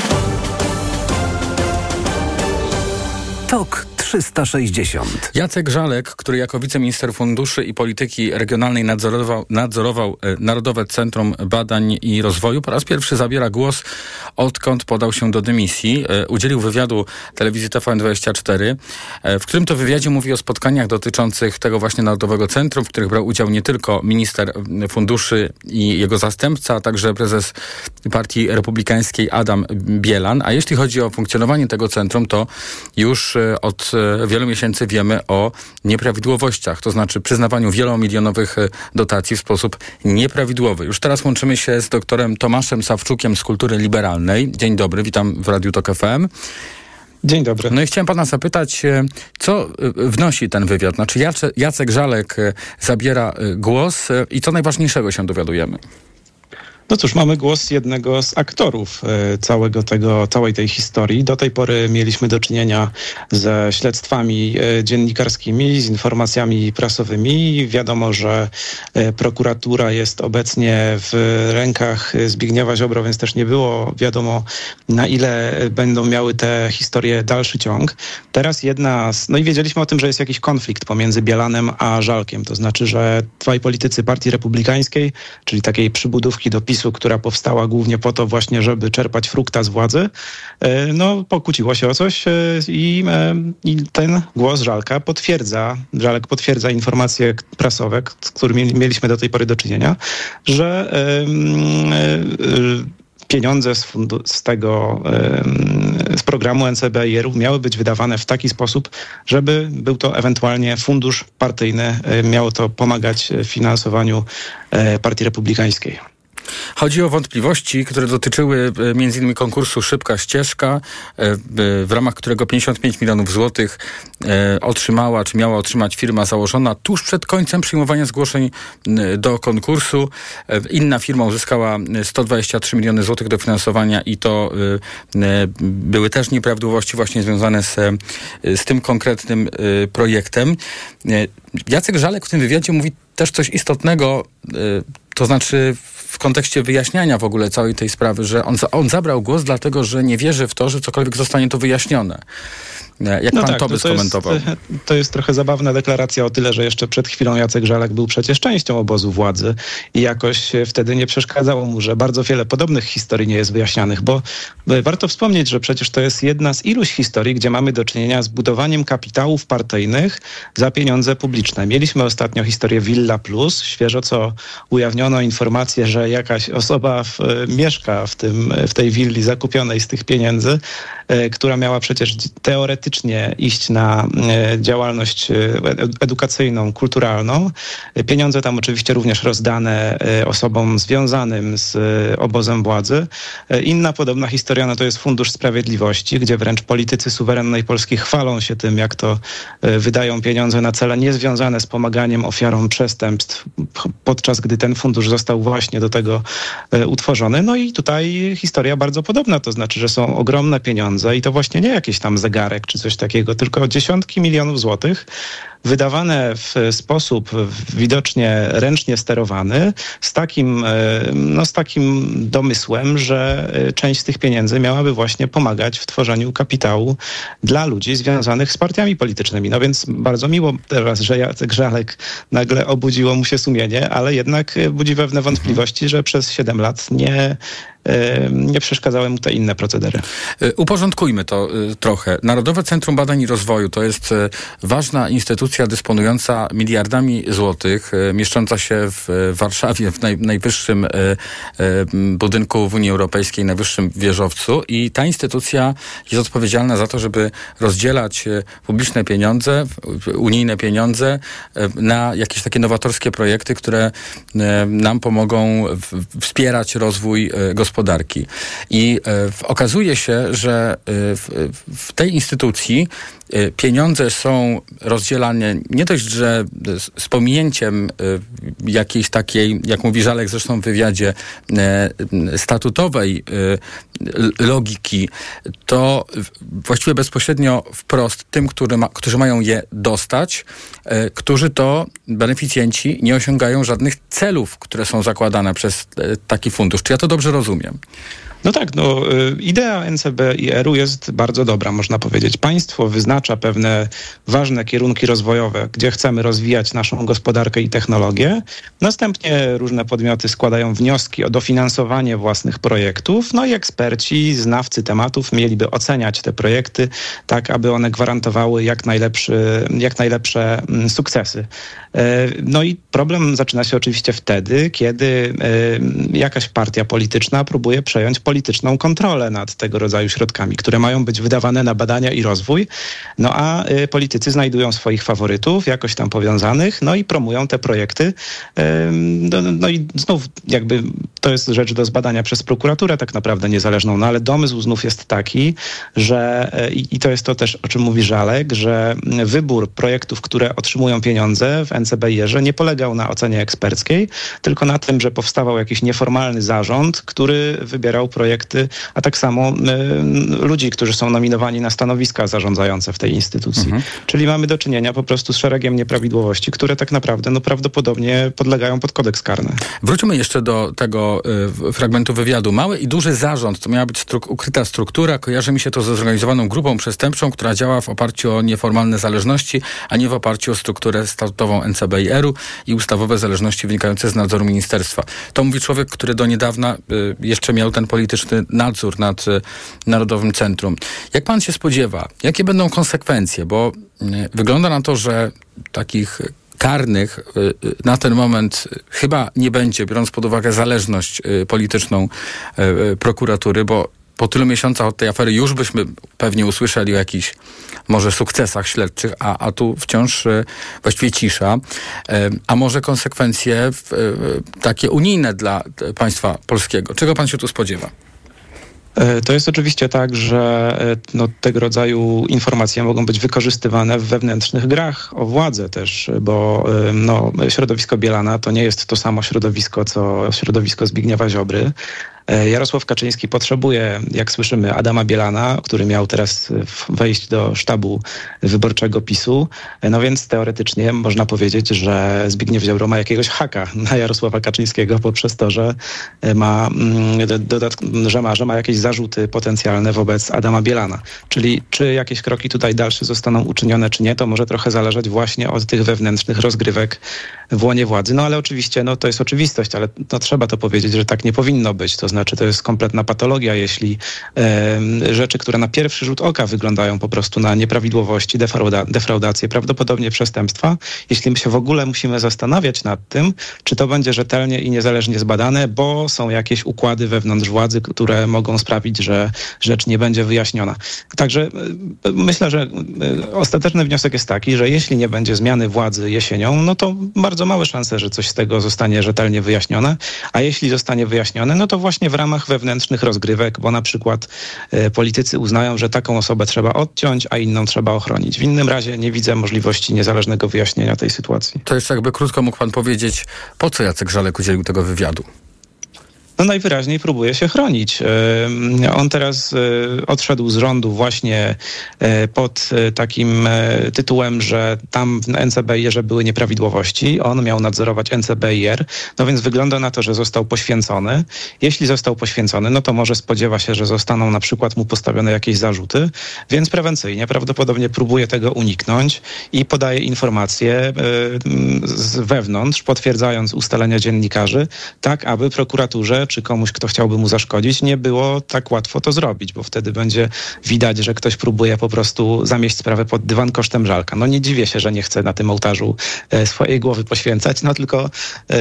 S4: TOK 360.
S1: Jacek Żalek, który jako wiceminister funduszy i polityki regionalnej nadzorował Narodowe Centrum Badań i Rozwoju, po raz pierwszy zabiera głos, odkąd podał się do dymisji. Udzielił wywiadu telewizji TVN24, w którym to wywiadzie mówi o spotkaniach dotyczących tego właśnie Narodowego Centrum, w których brał udział nie tylko minister funduszy i jego zastępca, a także prezes Partii Republikańskiej Adam Bielan. A jeśli chodzi o funkcjonowanie tego centrum, to już od wielu miesięcy wiemy o nieprawidłowościach, to znaczy przyznawaniu wielomilionowych dotacji w sposób nieprawidłowy. Już teraz łączymy się z doktorem Tomaszem Sawczukiem z Kultury Liberalnej. Dzień dobry, witam w Radiu TOK FM.
S3: Dzień dobry.
S1: No i chciałem pana zapytać, co wnosi ten wywiad? Znaczy Jacek Żalek zabiera głos i co najważniejszego się dowiadujemy?
S3: No cóż, mamy głos jednego z aktorów całej tej historii. Do tej pory mieliśmy do czynienia ze śledztwami dziennikarskimi, z informacjami prasowymi. Wiadomo, że prokuratura jest obecnie w rękach Zbigniewa Ziobro, więc też nie było wiadomo, na ile będą miały te historie dalszy ciąg. Teraz no i wiedzieliśmy o tym, że jest jakiś konflikt pomiędzy Bielanem a Żalkiem. To znaczy, że dwaj politycy Partii Republikańskiej, czyli takiej przybudówki do PiS-u, która powstała głównie po to właśnie, żeby czerpać frukta z władzy, no pokłóciło się o coś i ten głos Żalek potwierdza informacje prasowe, z którymi mieliśmy do tej pory do czynienia, że pieniądze z programu NCBR miały być wydawane w taki sposób, żeby był to ewentualnie fundusz partyjny, miało to pomagać w finansowaniu Partii Republikańskiej.
S1: Chodzi o wątpliwości, które dotyczyły m.in. konkursu Szybka Ścieżka, w ramach którego 55 milionów złotych otrzymała, czy miała otrzymać firma założona tuż przed końcem przyjmowania zgłoszeń do konkursu. Inna firma uzyskała 123 miliony złotych dofinansowania i to były też nieprawidłowości właśnie związane z tym konkretnym projektem. Jacek Żalek w tym wywiadzie mówi też coś istotnego, to znaczy w kontekście wyjaśniania w ogóle całej tej sprawy, że on zabrał głos dlatego, że nie wierzy w to, że cokolwiek zostanie to wyjaśnione. Jak pan to by skomentował?
S3: To jest trochę zabawna deklaracja o tyle, że jeszcze przed chwilą Jacek Żalek był przecież częścią obozu władzy i jakoś wtedy nie przeszkadzało mu, że bardzo wiele podobnych historii nie jest wyjaśnianych, bo warto wspomnieć, że przecież to jest jedna z iluś historii, gdzie mamy do czynienia z budowaniem kapitałów partyjnych za pieniądze publiczne. Mieliśmy ostatnio historię Villa Plus, świeżo co ujawniono informację, że jakaś osoba mieszka w tej willi zakupionej z tych pieniędzy, która miała przecież teoretycznie iść na działalność edukacyjną, kulturalną. Pieniądze tam oczywiście również rozdane osobom związanym z obozem władzy. Inna podobna historia, no to jest Fundusz Sprawiedliwości, gdzie wręcz politycy suwerennej Polski chwalą się tym, jak to wydają pieniądze na cele niezwiązane z pomaganiem ofiarom przestępstw, podczas gdy ten fundusz został właśnie do tego utworzony. No i tutaj historia bardzo podobna, to znaczy, że są ogromne pieniądze i to właśnie nie jakiś tam zegarek czy coś takiego, tylko dziesiątki milionów złotych wydawane w sposób widocznie ręcznie sterowany, z takim domysłem, że część z tych pieniędzy miałaby właśnie pomagać w tworzeniu kapitału dla ludzi związanych z partiami politycznymi. No więc bardzo miło teraz, że Jacek Żalek nagle obudziło mu się sumienie, ale jednak budzi pewne wątpliwości, że przez 7 lat nie przeszkadzały mu te inne procedery.
S1: Uporządkujmy to trochę. Narodowe Centrum Badań i Rozwoju to jest ważna instytucja dysponująca miliardami złotych, mieszcząca się w Warszawie, w najwyższym budynku w Unii Europejskiej, najwyższym wieżowcu, i ta instytucja jest odpowiedzialna za to, żeby rozdzielać publiczne pieniądze, unijne pieniądze na jakieś takie nowatorskie projekty, które nam pomogą wspierać rozwój gospodarczy gospodarki. I okazuje się, że w tej instytucji pieniądze są rozdzielane nie dość, że z pominięciem jakiejś takiej, jak mówi Żalek zresztą w wywiadzie, statutowej logiki, to właściwie bezpośrednio wprost tym, którzy mają je dostać, którzy to beneficjenci nie osiągają żadnych celów, które są zakładane przez taki fundusz. Czy ja to dobrze rozumiem?
S3: No tak, idea NCBR-u jest bardzo dobra, można powiedzieć. Państwo wyznacza pewne ważne kierunki rozwojowe, gdzie chcemy rozwijać naszą gospodarkę i technologię. Następnie różne podmioty składają wnioski o dofinansowanie własnych projektów, no i eksperci, znawcy tematów mieliby oceniać te projekty tak, aby one gwarantowały jak najlepsze sukcesy. No i problem zaczyna się oczywiście wtedy, kiedy jakaś partia polityczna próbuje przejąć polityczną kontrolę nad tego rodzaju środkami, które mają być wydawane na badania i rozwój, no a politycy znajdują swoich faworytów, jakoś tam powiązanych, no i promują te projekty. No i znów jakby to jest rzecz do zbadania przez prokuraturę tak naprawdę niezależną, no ale domysł znów jest taki, że i to jest to też, o czym mówi Żalek, że wybór projektów, które otrzymują pieniądze w NCBR-ze nie polegał na ocenie eksperckiej, tylko na tym, że powstawał jakiś nieformalny zarząd, który wybierał projekty, a tak samo ludzi, którzy są nominowani na stanowiska zarządzające w tej instytucji. Czyli mamy do czynienia po prostu z szeregiem nieprawidłowości, które tak naprawdę prawdopodobnie podlegają pod kodeks karny.
S1: Wróćmy jeszcze do tego fragmentu wywiadu. Mały i duży zarząd, to miała być ukryta struktura. Kojarzy mi się to ze zorganizowaną grupą przestępczą, która działa w oparciu o nieformalne zależności, a nie w oparciu o strukturę statutową NCBR-u i ustawowe zależności wynikające z nadzoru ministerstwa. To mówi człowiek, który do niedawna jeszcze miał ten polityczny nadzór nad Narodowym Centrum. Jak pan się spodziewa, jakie będą konsekwencje? Bo wygląda na to, że takich karnych na ten moment chyba nie będzie, biorąc pod uwagę zależność polityczną prokuratury, bo po tylu miesiącach od tej afery już byśmy pewnie usłyszeli o jakichś może sukcesach śledczych, a tu wciąż właściwie cisza. A może konsekwencje takie unijne dla państwa polskiego. Czego pan się tu spodziewa?
S3: To jest oczywiście tak, że tego rodzaju informacje mogą być wykorzystywane w wewnętrznych grach o władzę też, bo środowisko Bielana to nie jest to samo środowisko, co środowisko Zbigniewa Ziobry. Jarosław Kaczyński potrzebuje, jak słyszymy, Adama Bielana, który miał teraz wejść do sztabu wyborczego PiS-u. No więc teoretycznie można powiedzieć, że Zbigniew Ziobro ma jakiegoś haka na Jarosława Kaczyńskiego poprzez to, że ma jakieś zarzuty potencjalne wobec Adama Bielana. Czyli czy jakieś kroki tutaj dalsze zostaną uczynione, czy nie, to może trochę zależeć właśnie od tych wewnętrznych rozgrywek w łonie władzy. No ale oczywiście, to jest oczywistość, ale trzeba to powiedzieć, że tak nie powinno być. To znaczy, to jest kompletna patologia, jeśli rzeczy, które na pierwszy rzut oka wyglądają po prostu na nieprawidłowości, defraudacje, prawdopodobnie przestępstwa, jeśli my się w ogóle musimy zastanawiać nad tym, czy to będzie rzetelnie i niezależnie zbadane, bo są jakieś układy wewnątrz władzy, które mogą sprawić, że rzecz nie będzie wyjaśniona. Także myślę, że ostateczny wniosek jest taki, że jeśli nie będzie zmiany władzy jesienią, no to bardzo małe szanse, że coś z tego zostanie rzetelnie wyjaśnione, a jeśli zostanie wyjaśnione, no to właśnie w ramach wewnętrznych rozgrywek, bo na przykład politycy uznają, że taką osobę trzeba odciąć, a inną trzeba ochronić. W innym razie nie widzę możliwości niezależnego wyjaśnienia tej sytuacji.
S1: To jeszcze jakby krótko mógł pan powiedzieć, po co Jacek Żalek udzielił tego wywiadu?
S3: Najwyraźniej próbuje się chronić. On teraz odszedł z rządu właśnie pod takim tytułem, że tam w NCBR-ze były nieprawidłowości. On miał nadzorować NCBR, więc wygląda na to, że został poświęcony. Jeśli został poświęcony, to może spodziewa się, że zostaną na przykład mu postawione jakieś zarzuty, więc prewencyjnie prawdopodobnie próbuje tego uniknąć i podaje informacje z wewnątrz, potwierdzając ustalenia dziennikarzy, tak aby prokuraturze czy komuś, kto chciałby mu zaszkodzić, nie było tak łatwo to zrobić, bo wtedy będzie widać, że ktoś próbuje po prostu zamieść sprawę pod dywan kosztem Żalka. Nie dziwię się, że nie chce na tym ołtarzu swojej głowy poświęcać, tylko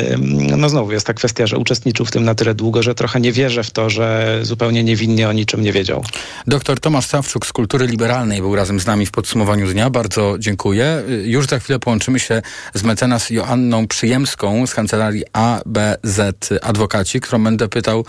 S3: znowu jest ta kwestia, że uczestniczył w tym na tyle długo, że trochę nie wierzę w to, że zupełnie niewinnie o niczym nie wiedział.
S1: Doktor Tomasz Sawczuk z Kultury Liberalnej był razem z nami w podsumowaniu dnia. Bardzo dziękuję. Już za chwilę połączymy się z mecenas Joanną Przyjemską z kancelarii ABZ Adwokaci, którą będę będę pytał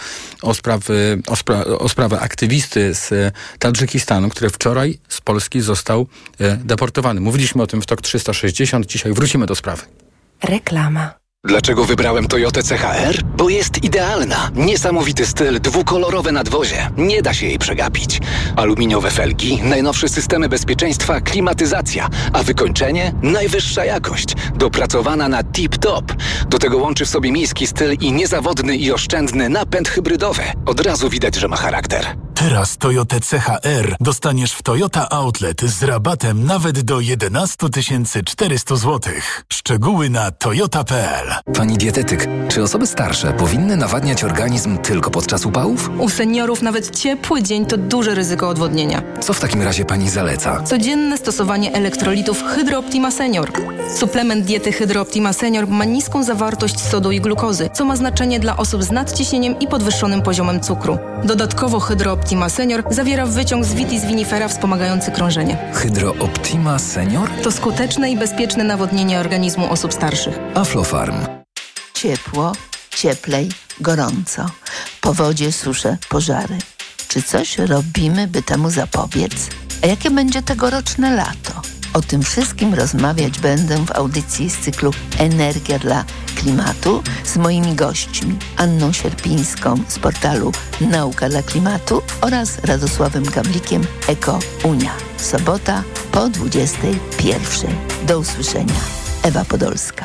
S1: o sprawę aktywisty z Tadżykistanu, który wczoraj z Polski został deportowany. Mówiliśmy o tym w TOK 360. Dzisiaj wrócimy do sprawy.
S2: Reklama.
S5: Dlaczego wybrałem Toyotę CHR? Bo jest idealna. Niesamowity styl, dwukolorowe nadwozie. Nie da się jej przegapić. Aluminiowe felgi, najnowsze systemy bezpieczeństwa, klimatyzacja. A wykończenie? Najwyższa jakość. Dopracowana na tip-top. Do tego łączy w sobie miejski styl i niezawodny i oszczędny napęd hybrydowy. Od razu widać, że ma charakter.
S6: Teraz Toyotę CHR dostaniesz w Toyota Outlet z rabatem nawet do 11 400 zł. Szczegóły na toyota.pl.
S7: Pani dietetyk, czy osoby starsze powinny nawadniać organizm tylko podczas upałów?
S8: U seniorów nawet ciepły dzień to duże ryzyko odwodnienia.
S7: Co w takim razie pani zaleca?
S8: Codzienne stosowanie elektrolitów Hydro Optima Senior. Suplement diety Hydro Optima Senior ma niską zawartość sodu i glukozy, co ma znaczenie dla osób z nadciśnieniem i podwyższonym poziomem cukru. Dodatkowo Hydro Optima Senior zawiera wyciąg z Vitis vinifera wspomagający krążenie.
S7: Hydro Optima Senior?
S8: To skuteczne i bezpieczne nawodnienie organizmu osób starszych.
S7: Aflofarm.
S9: Ciepło, cieplej, gorąco. Powodzie, susze, pożary. Czy coś robimy, by temu zapobiec? A jakie będzie tegoroczne lato? O tym wszystkim rozmawiać będę w audycji z cyklu Energia dla Klimatu z moimi gośćmi Anną Sierpińską z portalu Nauka dla Klimatu oraz Radosławem Gablikiem Eko Unia. Sobota po 21:00. Do usłyszenia. Ewa Podolska.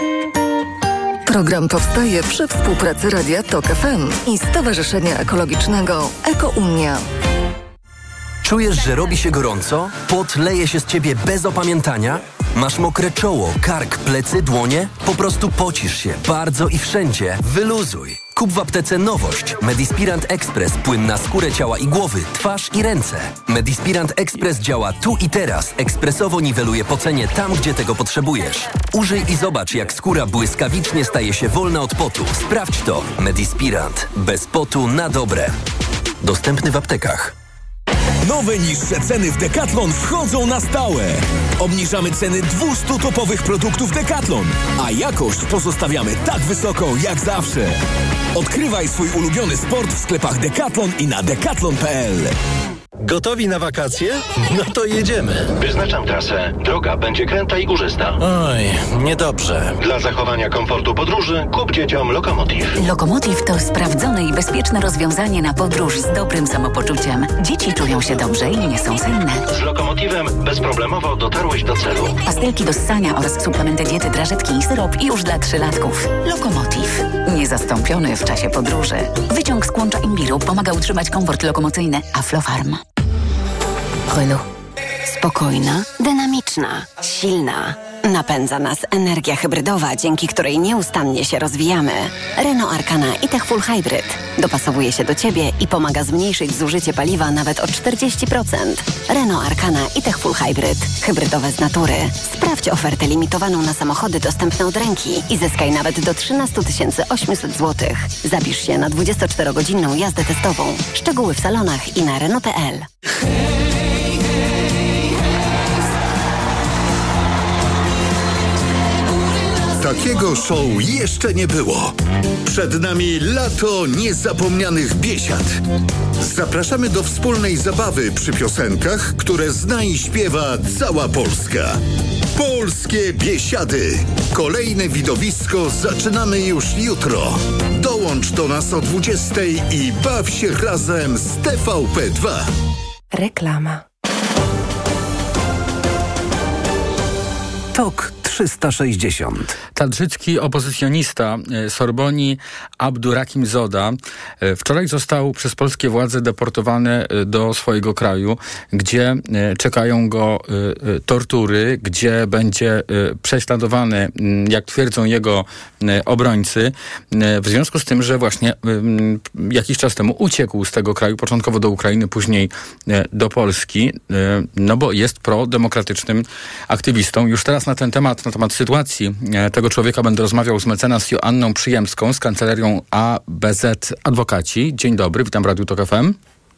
S23: Program powstaje przy współpracy Radia TOK FM i Stowarzyszenia Ekologicznego Eko Unia.
S27: Czujesz, że robi się gorąco? Pot leje się z ciebie bez opamiętania? Masz mokre czoło, kark, plecy, dłonie? Po prostu pocisz się bardzo i wszędzie. Wyluzuj. Kup w aptece nowość. Medispirant Express. Płyn na skórę ciała i głowy, twarz i ręce. Medispirant Express działa tu i teraz. Ekspresowo niweluje pocenie tam, gdzie tego potrzebujesz. Użyj i zobacz, jak skóra błyskawicznie staje się wolna od potu. Sprawdź to. Medispirant. Bez potu na dobre. Dostępny w aptekach.
S25: Nowe niższe ceny w Decathlon wchodzą na stałe. Obniżamy ceny 200 topowych produktów Decathlon, a jakość pozostawiamy tak wysoką jak zawsze. Odkrywaj swój ulubiony sport w sklepach Decathlon i na decathlon.pl.
S28: Gotowi na wakacje? No to jedziemy.
S29: Wyznaczam trasę. Droga będzie kręta i górzysta.
S28: Oj, niedobrze.
S29: Dla zachowania komfortu podróży kup dzieciom Lokomotiv.
S26: Lokomotiv to sprawdzone i bezpieczne rozwiązanie na podróż z dobrym samopoczuciem. Dzieci czują się dobrze i nie są senne.
S29: Z Lokomotivem bezproblemowo dotarłeś do celu.
S26: Pastelki do ssania oraz suplementy diety, drażetki i syrop już dla 3-latków. Lokomotiv. Niezastąpiony w czasie podróży. Wyciąg z kłącza imbiru pomaga utrzymać komfort lokomocyjny. Aflofarm. Renault. Spokojna, dynamiczna, silna. Napędza nas energia hybrydowa, dzięki której nieustannie się rozwijamy. Renault Arkana e-Tech Full Hybrid dopasowuje się do Ciebie i pomaga zmniejszyć zużycie paliwa nawet o 40%. Renault Arkana e-Tech Full Hybrid. Hybrydowe z natury. Sprawdź ofertę limitowaną na samochody dostępne od ręki i zyskaj nawet do 13 800 zł. Zapisz się na 24-godzinną jazdę testową. Szczegóły w salonach i na Renault.pl.
S30: Takiego show jeszcze nie było. Przed nami lato niezapomnianych biesiad. Zapraszamy do wspólnej zabawy przy piosenkach, które zna i śpiewa cała Polska. Polskie Biesiady. Kolejne widowisko zaczynamy już jutro. Dołącz do nas o 20:00 i baw się razem z TVP2.
S2: Reklama.
S4: TOK 360.
S1: Tadżycki opozycjonista Sorboni Abdurakim Zoda wczoraj został przez polskie władze deportowany do swojego kraju, gdzie czekają go tortury, gdzie będzie prześladowany, jak twierdzą jego obrońcy, w związku z tym, że właśnie jakiś czas temu uciekł z tego kraju, początkowo do Ukrainy, później do Polski, no bo jest prodemokratycznym aktywistą. Już teraz na temat sytuacji tego człowieka będę rozmawiał z mecenas Joanną Przyjemską z kancelarią ABZ Adwokaci. Dzień dobry, witam w Radiu TOK FM.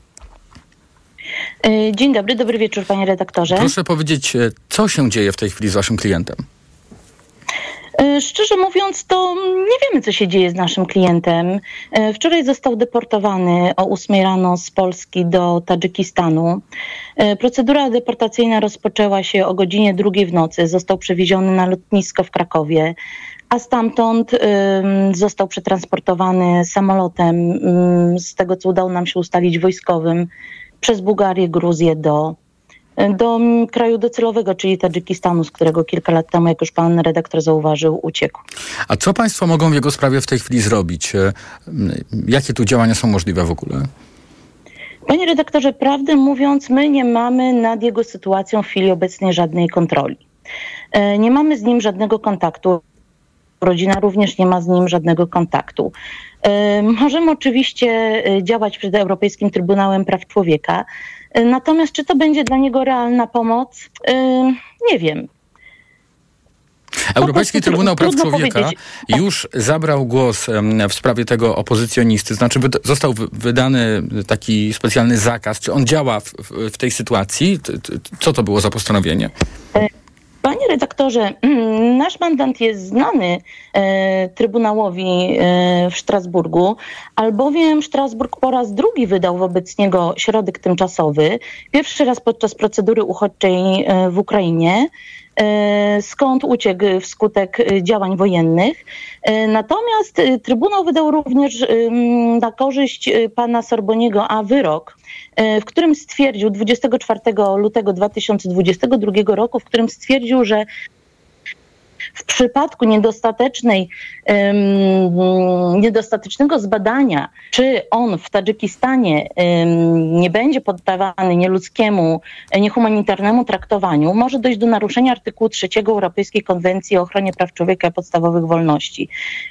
S31: Dzień dobry, dobry wieczór panie redaktorze.
S1: Proszę powiedzieć, co się dzieje w tej chwili z waszym klientem?
S10: Szczerze mówiąc, to nie wiemy, co się dzieje z naszym klientem. Wczoraj został deportowany o 8 rano z Polski do Tadżykistanu. Procedura deportacyjna rozpoczęła się o godzinie 2 w nocy. Został przewieziony na lotnisko w Krakowie, a stamtąd został przetransportowany samolotem, z tego co udało nam się ustalić, wojskowym, przez Bułgarię, Gruzję do kraju docelowego, czyli Tadżykistanu, z którego kilka lat temu, jak już pan redaktor zauważył, uciekł.
S1: A co państwo mogą w jego sprawie w tej chwili zrobić? Jakie tu działania są możliwe w ogóle?
S10: Panie redaktorze, prawdę mówiąc, my nie mamy nad jego sytuacją w chwili obecnej żadnej kontroli. Nie mamy z nim żadnego kontaktu. Rodzina również nie ma z nim żadnego kontaktu. Możemy oczywiście działać przed Europejskim Trybunałem Praw Człowieka, natomiast czy to będzie dla niego realna pomoc? Nie wiem.
S1: Europejski Trybunał Praw Człowieka już zabrał głos w sprawie tego opozycjonisty, znaczy został wydany taki specjalny zakaz. Czy on działa w tej sytuacji? Co to było za postanowienie?
S10: Panie redaktorze, nasz mandant jest znany Trybunałowi w Strasburgu, albowiem Strasburg po raz drugi wydał wobec niego środek tymczasowy. Pierwszy raz podczas procedury uchodźczej w Ukrainie, skąd uciekł wskutek działań wojennych. Natomiast Trybunał wydał również na korzyść pana Sorboniego wyrok, w którym stwierdził 24 lutego 2022 roku, w którym stwierdził, że w przypadku niedostatecznego zbadania, czy on w Tadżykistanie nie będzie poddawany nieludzkiemu, niehumanitarnemu traktowaniu, może dojść do naruszenia artykułu 3 Europejskiej Konwencji o ochronie praw człowieka i podstawowych wolności.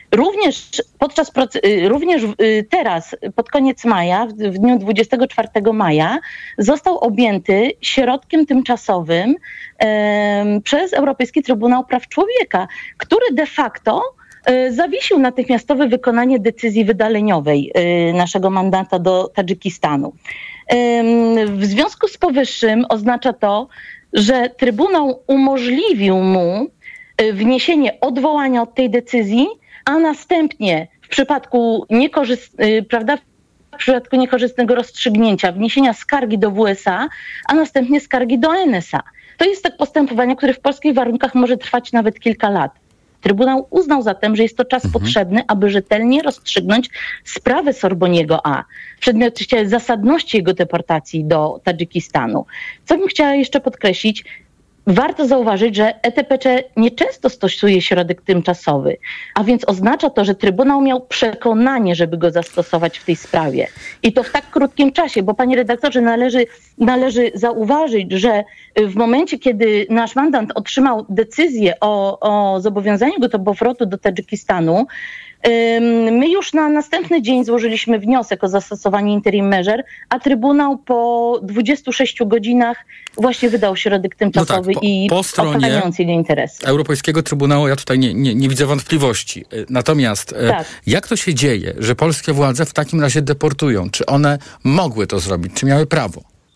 S10: Również teraz, pod koniec maja, w dniu 24 maja, został objęty środkiem tymczasowym przez Europejski Trybunał Praw Człowieka, który de facto zawiesił natychmiastowe wykonanie decyzji wydaleniowej naszego mandanta do Tadżykistanu. W związku z powyższym oznacza to, że Trybunał umożliwił mu wniesienie odwołania od tej decyzji, a następnie w przypadku niekorzystnego rozstrzygnięcia wniesienia skargi do WSA, a następnie skargi do NSA. To jest tak postępowanie, które w polskich warunkach może trwać nawet kilka lat. Trybunał uznał zatem, że jest to czas potrzebny, aby rzetelnie rozstrzygnąć sprawę Sorboniego w przedmiocie zasadności jego deportacji do Tadżykistanu. Co bym chciała jeszcze podkreślić, warto zauważyć, że ETPC nieczęsto stosuje środek tymczasowy, a więc oznacza to, że Trybunał miał przekonanie, żeby go zastosować w tej sprawie. I to w tak krótkim czasie, bo panie redaktorze, należy zauważyć, że w momencie, kiedy nasz mandant otrzymał decyzję o zobowiązaniu go do powrotu do Tadżykistanu, my już na następny dzień złożyliśmy wniosek o zastosowanie interim measure, a Trybunał po 26 godzinach właśnie wydał środek tymczasowy ochraniający jego interesy.
S1: Europejskiego Trybunału ja tutaj nie widzę wątpliwości. Natomiast jak to się dzieje, że polskie władze w takim razie deportują? Czy one mogły to zrobić? Czy miały prawo?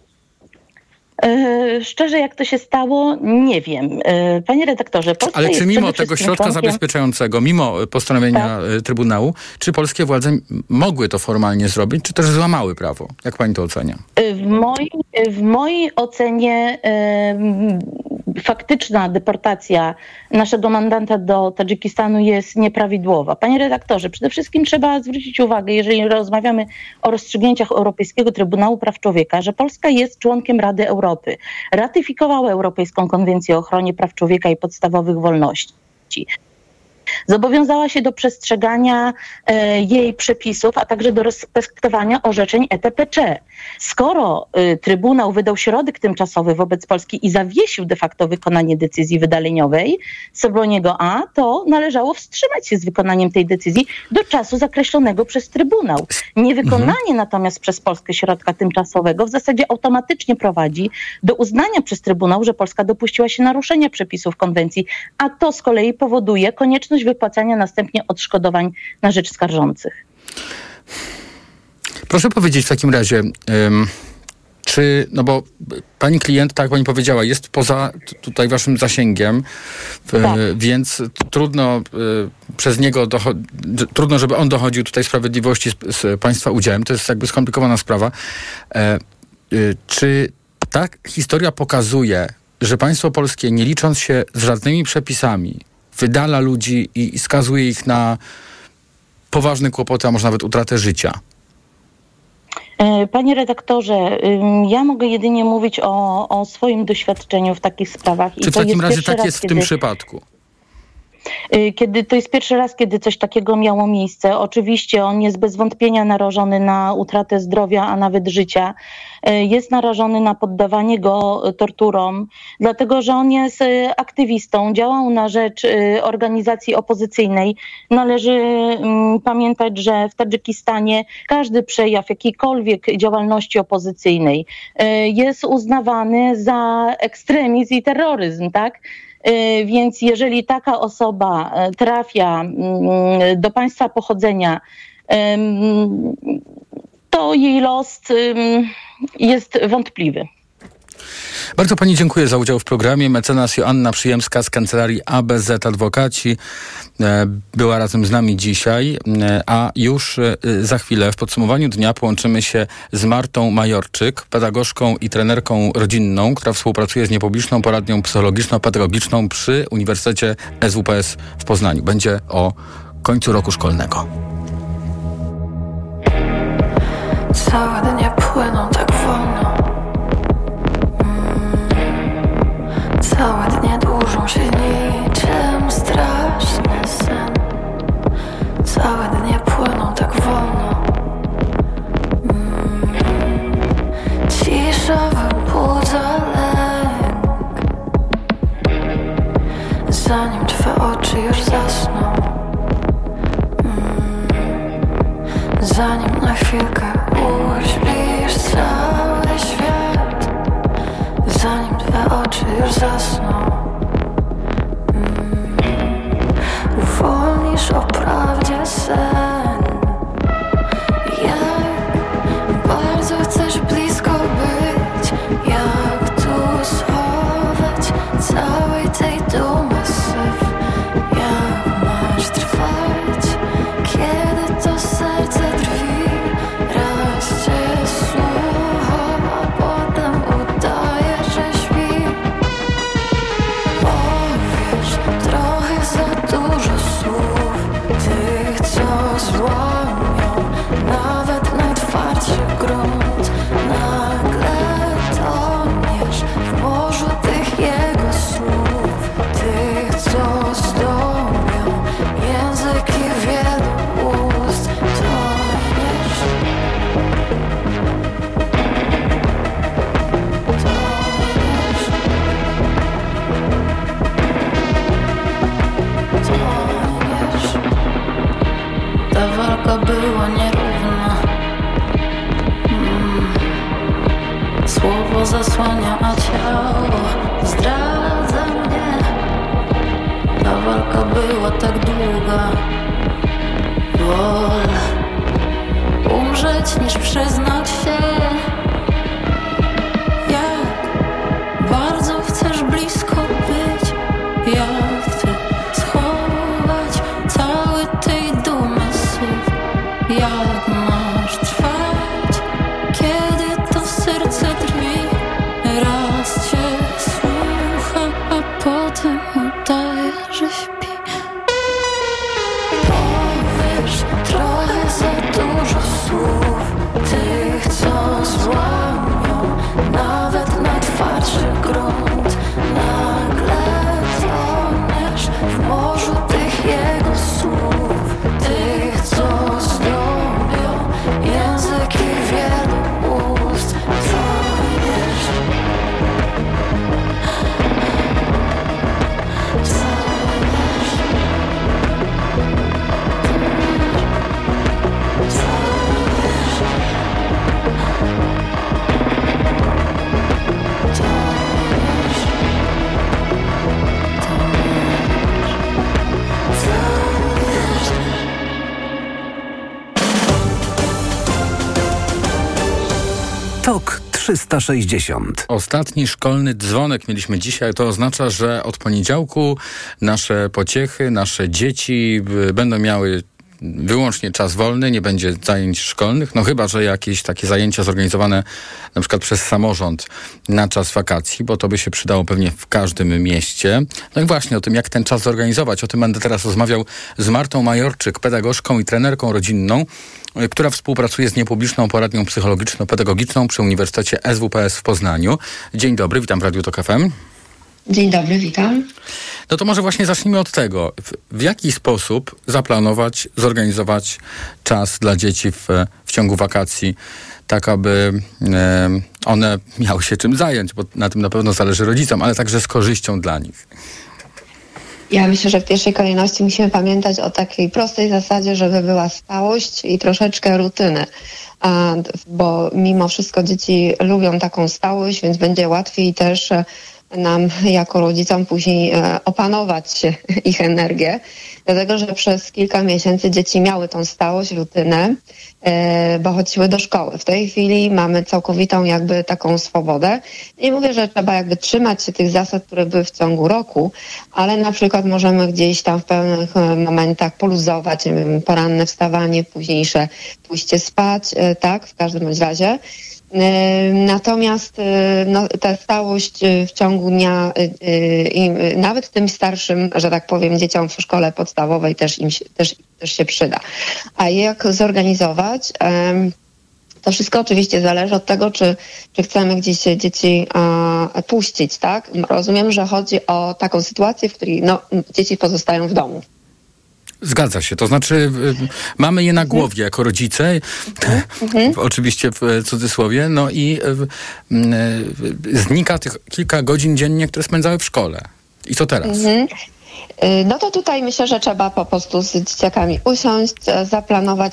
S10: Szczerze, jak to się stało, nie wiem. Panie redaktorze, Polska
S1: ale
S10: jest
S1: czy mimo tego środka zabezpieczającego, mimo postanowienia Trybunału, czy polskie władze mogły to formalnie zrobić, czy też złamały prawo? Jak pani to ocenia?
S10: W mojej ocenie faktyczna deportacja naszego mandanta do Tadżykistanu jest nieprawidłowa. Panie redaktorze, przede wszystkim trzeba zwrócić uwagę, jeżeli rozmawiamy o rozstrzygnięciach Europejskiego Trybunału Praw Człowieka, że Polska jest członkiem Rady Europy. Ratyfikowała Europejską Konwencję o ochronie praw człowieka i podstawowych wolności. Zobowiązała się do przestrzegania jej przepisów, a także do respektowania orzeczeń ETPC. Skoro Trybunał wydał środek tymczasowy wobec Polski i zawiesił de facto wykonanie decyzji wydaleniowej Sorboniego to należało wstrzymać się z wykonaniem tej decyzji do czasu zakreślonego przez Trybunał. Niewykonanie natomiast przez Polskę środka tymczasowego w zasadzie automatycznie prowadzi do uznania przez Trybunał, że Polska dopuściła się naruszenia przepisów konwencji, a to z kolei powoduje konieczność wypłacania następnie odszkodowań na rzecz skarżących.
S1: Proszę powiedzieć w takim razie, Czy, no bo pani klient, tak jak pani powiedziała, jest poza tutaj waszym zasięgiem, więc trudno przez niego, trudno, żeby on dochodził tutaj sprawiedliwości z państwa udziałem. To jest jakby skomplikowana sprawa. Czy ta historia pokazuje, że państwo polskie, nie licząc się z żadnymi przepisami, wydala ludzi i skazuje ich na poważne kłopoty, a może nawet utratę życia?
S10: Panie redaktorze, ja mogę jedynie mówić o swoim doświadczeniu w takich sprawach.
S1: Czy w takim razie tak jest w tym przypadku?
S10: To jest pierwszy raz, kiedy coś takiego miało miejsce. Oczywiście on jest bez wątpienia narażony na utratę zdrowia, a nawet życia. Jest narażony na poddawanie go torturom, dlatego że on jest aktywistą, działał na rzecz organizacji opozycyjnej. Należy pamiętać, że w Tadżykistanie każdy przejaw jakiejkolwiek działalności opozycyjnej jest uznawany za ekstremizm i terroryzm, tak? Więc jeżeli taka osoba trafia do państwa pochodzenia, to jej los jest wątpliwy.
S1: Bardzo pani dziękuję za udział w programie. Mecenas Joanna Przyjemska z kancelarii ABZ Adwokaci była razem z nami dzisiaj, a już za chwilę w podsumowaniu dnia połączymy się z Martą Majorczyk, pedagogzką i trenerką rodzinną, która współpracuje z niepubliczną poradnią psychologiczno-pedagogiczną przy Uniwersytecie SWPS w Poznaniu. Będzie o końcu roku szkolnego.
S11: Całe dnie płyną tak wolno. Całe dnie dłużą się niczym straszny sen. Całe dnie płyną tak wolno. Cisza wybudza lęk. Zanim twe oczy już zasną, zanim na chwilkę uśpisz cały świat, zanim twe oczy już zasną, uwolnisz o prawdzie sen. Jak bardzo chcesz blisko być, jak tu schować całej tej dumy syf, jak masz trwać, kiedy to serce drwi, raz cię słucha, a potem udaje, że śpi. Powiesz trochę za dużo słów, tych co złamią nawet najtwardszy grunt. Nagle toniesz w morzu tych jego słów, tych co zdobią języki wielu ust. Toniesz, ta walka była nierówna. Słowo zasłania, a ciało zdradza mnie. Ta walka była tak długa. Wolę umrzeć niż przyznać się. Jak bardzo chcesz blisko być, jak ty schować cały tej dumy syf, jak masz trwać, kiedy to serce drwi, raz cię słucha, a potem udaje, że śpi. Powiesz trochę za dużo słów, tych co
S4: 360.
S1: Ostatni szkolny dzwonek mieliśmy dzisiaj. To oznacza, że od poniedziałku nasze pociechy, nasze dzieci będą miały wyłącznie czas wolny, nie będzie zajęć szkolnych, no chyba że jakieś takie zajęcia zorganizowane na przykład przez samorząd na czas wakacji, bo to by się przydało pewnie w każdym mieście. No i właśnie o tym, jak ten czas zorganizować, o tym będę teraz rozmawiał z Martą Majorczyk, pedagogzką i trenerką rodzinną, która współpracuje z niepubliczną poradnią psychologiczno-pedagogiczną przy Uniwersytecie SWPS w Poznaniu. Dzień dobry, witam w Radiu Tok FM.
S12: Dzień dobry, witam.
S1: No to może właśnie zacznijmy od tego. W jaki sposób zaplanować, zorganizować czas dla dzieci w ciągu wakacji, tak aby one miały się czym zająć, bo na tym na pewno zależy rodzicom, ale także z korzyścią dla nich.
S12: Ja myślę, że w pierwszej kolejności musimy pamiętać o takiej prostej zasadzie, żeby była stałość i troszeczkę rutyny. Bo mimo wszystko dzieci lubią taką stałość, więc będzie łatwiej też nam jako rodzicom później opanować ich energię. Dlatego, że przez kilka miesięcy dzieci miały tą stałość, rutynę, bo chodziły do szkoły. W tej chwili mamy całkowitą jakby taką swobodę. Nie mówię, że trzeba jakby trzymać się tych zasad, które były w ciągu roku, ale na przykład możemy gdzieś tam w pewnych momentach poluzować, nie wiem, poranne wstawanie, późniejsze pójście spać, tak, w każdym bądź razie. Natomiast ta stałość w ciągu dnia i nawet tym starszym, że tak powiem, dzieciom w szkole podstawowej też się przyda. A jak zorganizować? To wszystko oczywiście zależy od tego, czy chcemy gdzieś dzieci puścić, tak? Rozumiem, że chodzi o taką sytuację, w której dzieci pozostają w domu.
S1: Zgadza się, to znaczy mamy je na głowie jako rodzice, oczywiście w cudzysłowie, no i znika tych kilka godzin dziennie, które spędzały w szkole. I co teraz?
S12: No to tutaj myślę, że trzeba po prostu z dzieciakami usiąść, zaplanować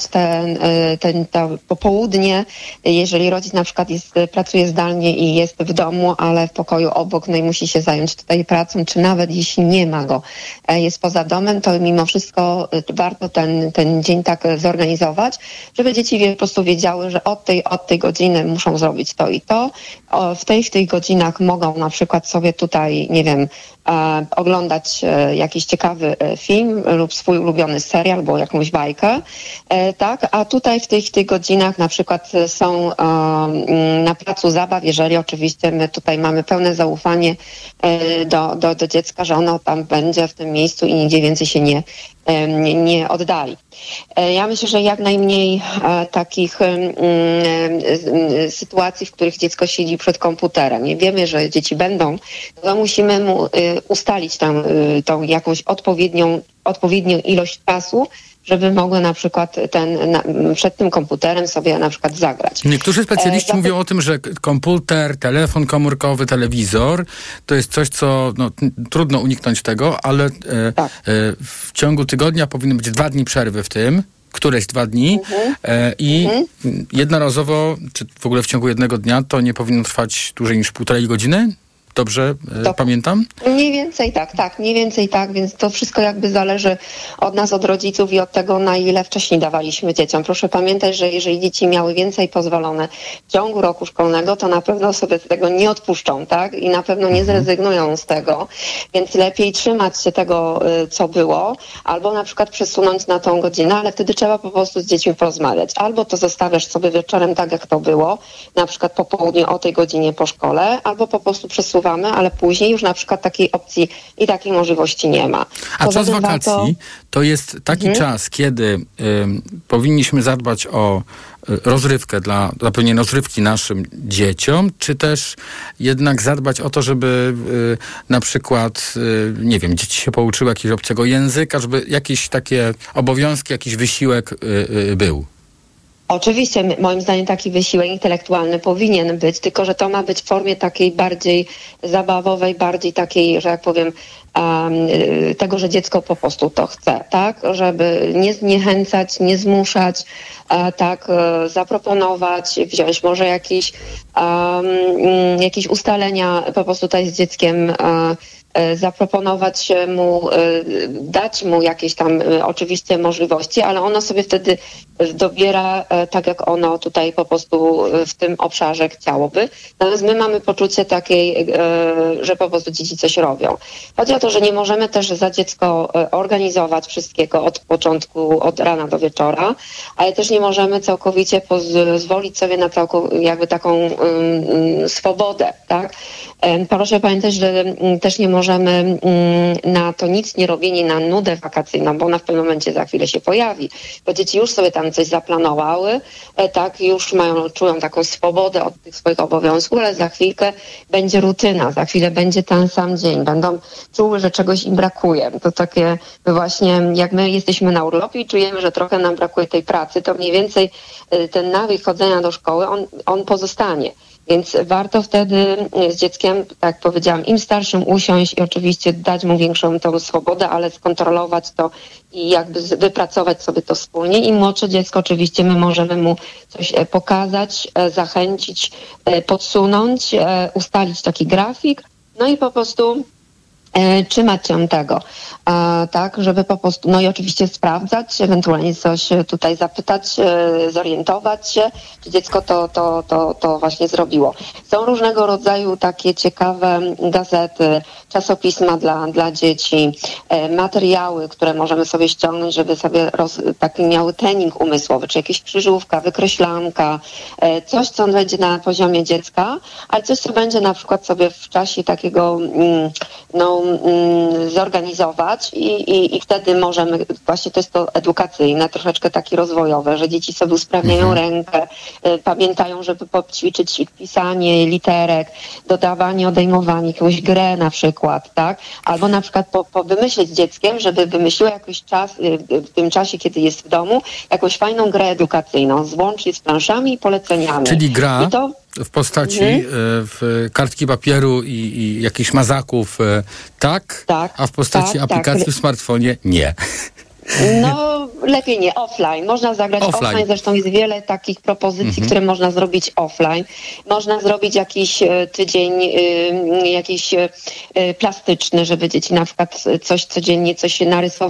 S12: to popołudnie. Jeżeli rodzic na przykład pracuje zdalnie i jest w domu, ale w pokoju obok, no i musi się zająć tutaj pracą, czy nawet jeśli nie ma go, jest poza domem, to mimo wszystko warto ten dzień tak zorganizować, żeby dzieci po prostu wiedziały, że od tej godziny muszą zrobić to i to. W tych godzinach mogą na przykład sobie tutaj, nie wiem, oglądać jakiś ciekawy film lub swój ulubiony serial, albo jakąś bajkę, tak? A tutaj w tych godzinach na przykład są na placu zabaw, jeżeli oczywiście my tutaj mamy pełne zaufanie do dziecka, że ono tam będzie w tym miejscu i nigdzie więcej się nie oddali. Ja myślę, że jak najmniej takich sytuacji, w których dziecko siedzi przed komputerem. Nie wiemy, że dzieci będą, to musimy mu ustalić tą jakąś odpowiednią ilość czasu, żeby mogły na przykład przed tym komputerem sobie na przykład zagrać.
S1: Niektórzy specjaliści mówią o tym, że komputer, telefon komórkowy, telewizor to jest coś, co trudno uniknąć tego, ale w ciągu tygodnia powinny być 2 dni przerwy w tym, któreś 2 dni i jednorazowo, czy w ogóle w ciągu jednego dnia to nie powinno trwać dłużej niż 1,5 godziny? Dobrze pamiętam?
S12: Mniej więcej tak, więc to wszystko jakby zależy od nas, od rodziców i od tego, na ile wcześniej dawaliśmy dzieciom. Proszę pamiętać, że jeżeli dzieci miały więcej pozwolone w ciągu roku szkolnego, to na pewno sobie tego nie odpuszczą, tak? I na pewno nie zrezygnują z tego, więc lepiej trzymać się tego, co było, albo na przykład przesunąć na tą godzinę, ale wtedy trzeba po prostu z dziećmi porozmawiać. Albo to zostawiasz sobie wieczorem tak, jak to było, na przykład po południu o tej godzinie po szkole, albo po prostu przesuwamy, ale później już na przykład takiej opcji i takiej możliwości nie ma.
S1: A czas wakacji to jest taki czas, kiedy powinniśmy zadbać o rozrywkę, dla zapewnienia rozrywki naszym dzieciom, czy też jednak zadbać o to, żeby na przykład, nie wiem, dzieci się pouczyły jakiegoś obcego języka, żeby jakieś takie obowiązki, jakiś wysiłek był?
S12: Oczywiście, moim zdaniem taki wysiłek intelektualny powinien być, tylko że to ma być w formie takiej bardziej zabawowej, bardziej takiej, że jak powiem, tego, że dziecko po prostu to chce, tak? Żeby nie zniechęcać, nie zmuszać, tak, zaproponować, wziąć może jakieś ustalenia po prostu tutaj z dzieckiem zaproponować mu, dać mu jakieś tam oczywiście możliwości, ale ono sobie wtedy dobiera tak, jak ono tutaj po prostu w tym obszarze chciałoby. Natomiast my mamy poczucie takiej, że po prostu dzieci coś robią. Chodzi o to, że nie możemy też za dziecko organizować wszystkiego od początku, od rana do wieczora, ale też nie możemy całkowicie pozwolić sobie na jakby taką swobodę, tak? Proszę pamiętać, że też nie możemy na to nic nie robienie, na nudę wakacyjną, bo ona w pewnym momencie za chwilę się pojawi, bo dzieci już sobie tam coś zaplanowały, tak, już czują taką swobodę od tych swoich obowiązków, ale za chwilkę będzie rutyna, za chwilę będzie ten sam dzień, będą czuły, że czegoś im brakuje. To takie właśnie, jak my jesteśmy na urlopie i czujemy, że trochę nam brakuje tej pracy, to mniej więcej ten nawyk chodzenia do szkoły, on pozostanie. Więc warto wtedy z dzieckiem, tak jak powiedziałam, im starszym usiąść i oczywiście dać mu większą tą swobodę, ale skontrolować to i jakby wypracować sobie to wspólnie. Im młodsze dziecko oczywiście my możemy mu coś pokazać, zachęcić, podsunąć, ustalić taki grafik, no i po prostu trzymać się tego, tak, żeby po prostu, no i oczywiście sprawdzać, ewentualnie coś tutaj zapytać, zorientować się, czy dziecko to właśnie zrobiło. Są różnego rodzaju takie ciekawe gazety, czasopisma dla dzieci, materiały, które możemy sobie ściągnąć, żeby sobie taki miały trening umysłowy, czy jakieś krzyżówka, wykreślanka, coś, co będzie na poziomie dziecka, ale coś, co będzie na przykład sobie w czasie takiego, zorganizować i wtedy możemy, właśnie to jest to edukacyjne, troszeczkę takie rozwojowe, że dzieci sobie usprawniają rękę, pamiętają, żeby poćwiczyć pisanie literek, dodawanie, odejmowanie, jakąś grę na przykład, tak? Albo na przykład wymyśleć z dzieckiem, żeby wymyśliło jakiś czas, w tym czasie, kiedy jest w domu, jakąś fajną grę edukacyjną, łącznie z planszami i poleceniami.
S1: Czyli gra w postaci kartki papieru i jakichś mazaków, tak, a w postaci aplikacji w smartfonie nie.
S12: No, lepiej nie, offline. Można zagrać offline. Zresztą jest wiele takich propozycji, które można zrobić offline. Można zrobić jakiś tydzień, jakiś plastyczny, żeby dzieci na przykład coś codziennie, coś narysowały.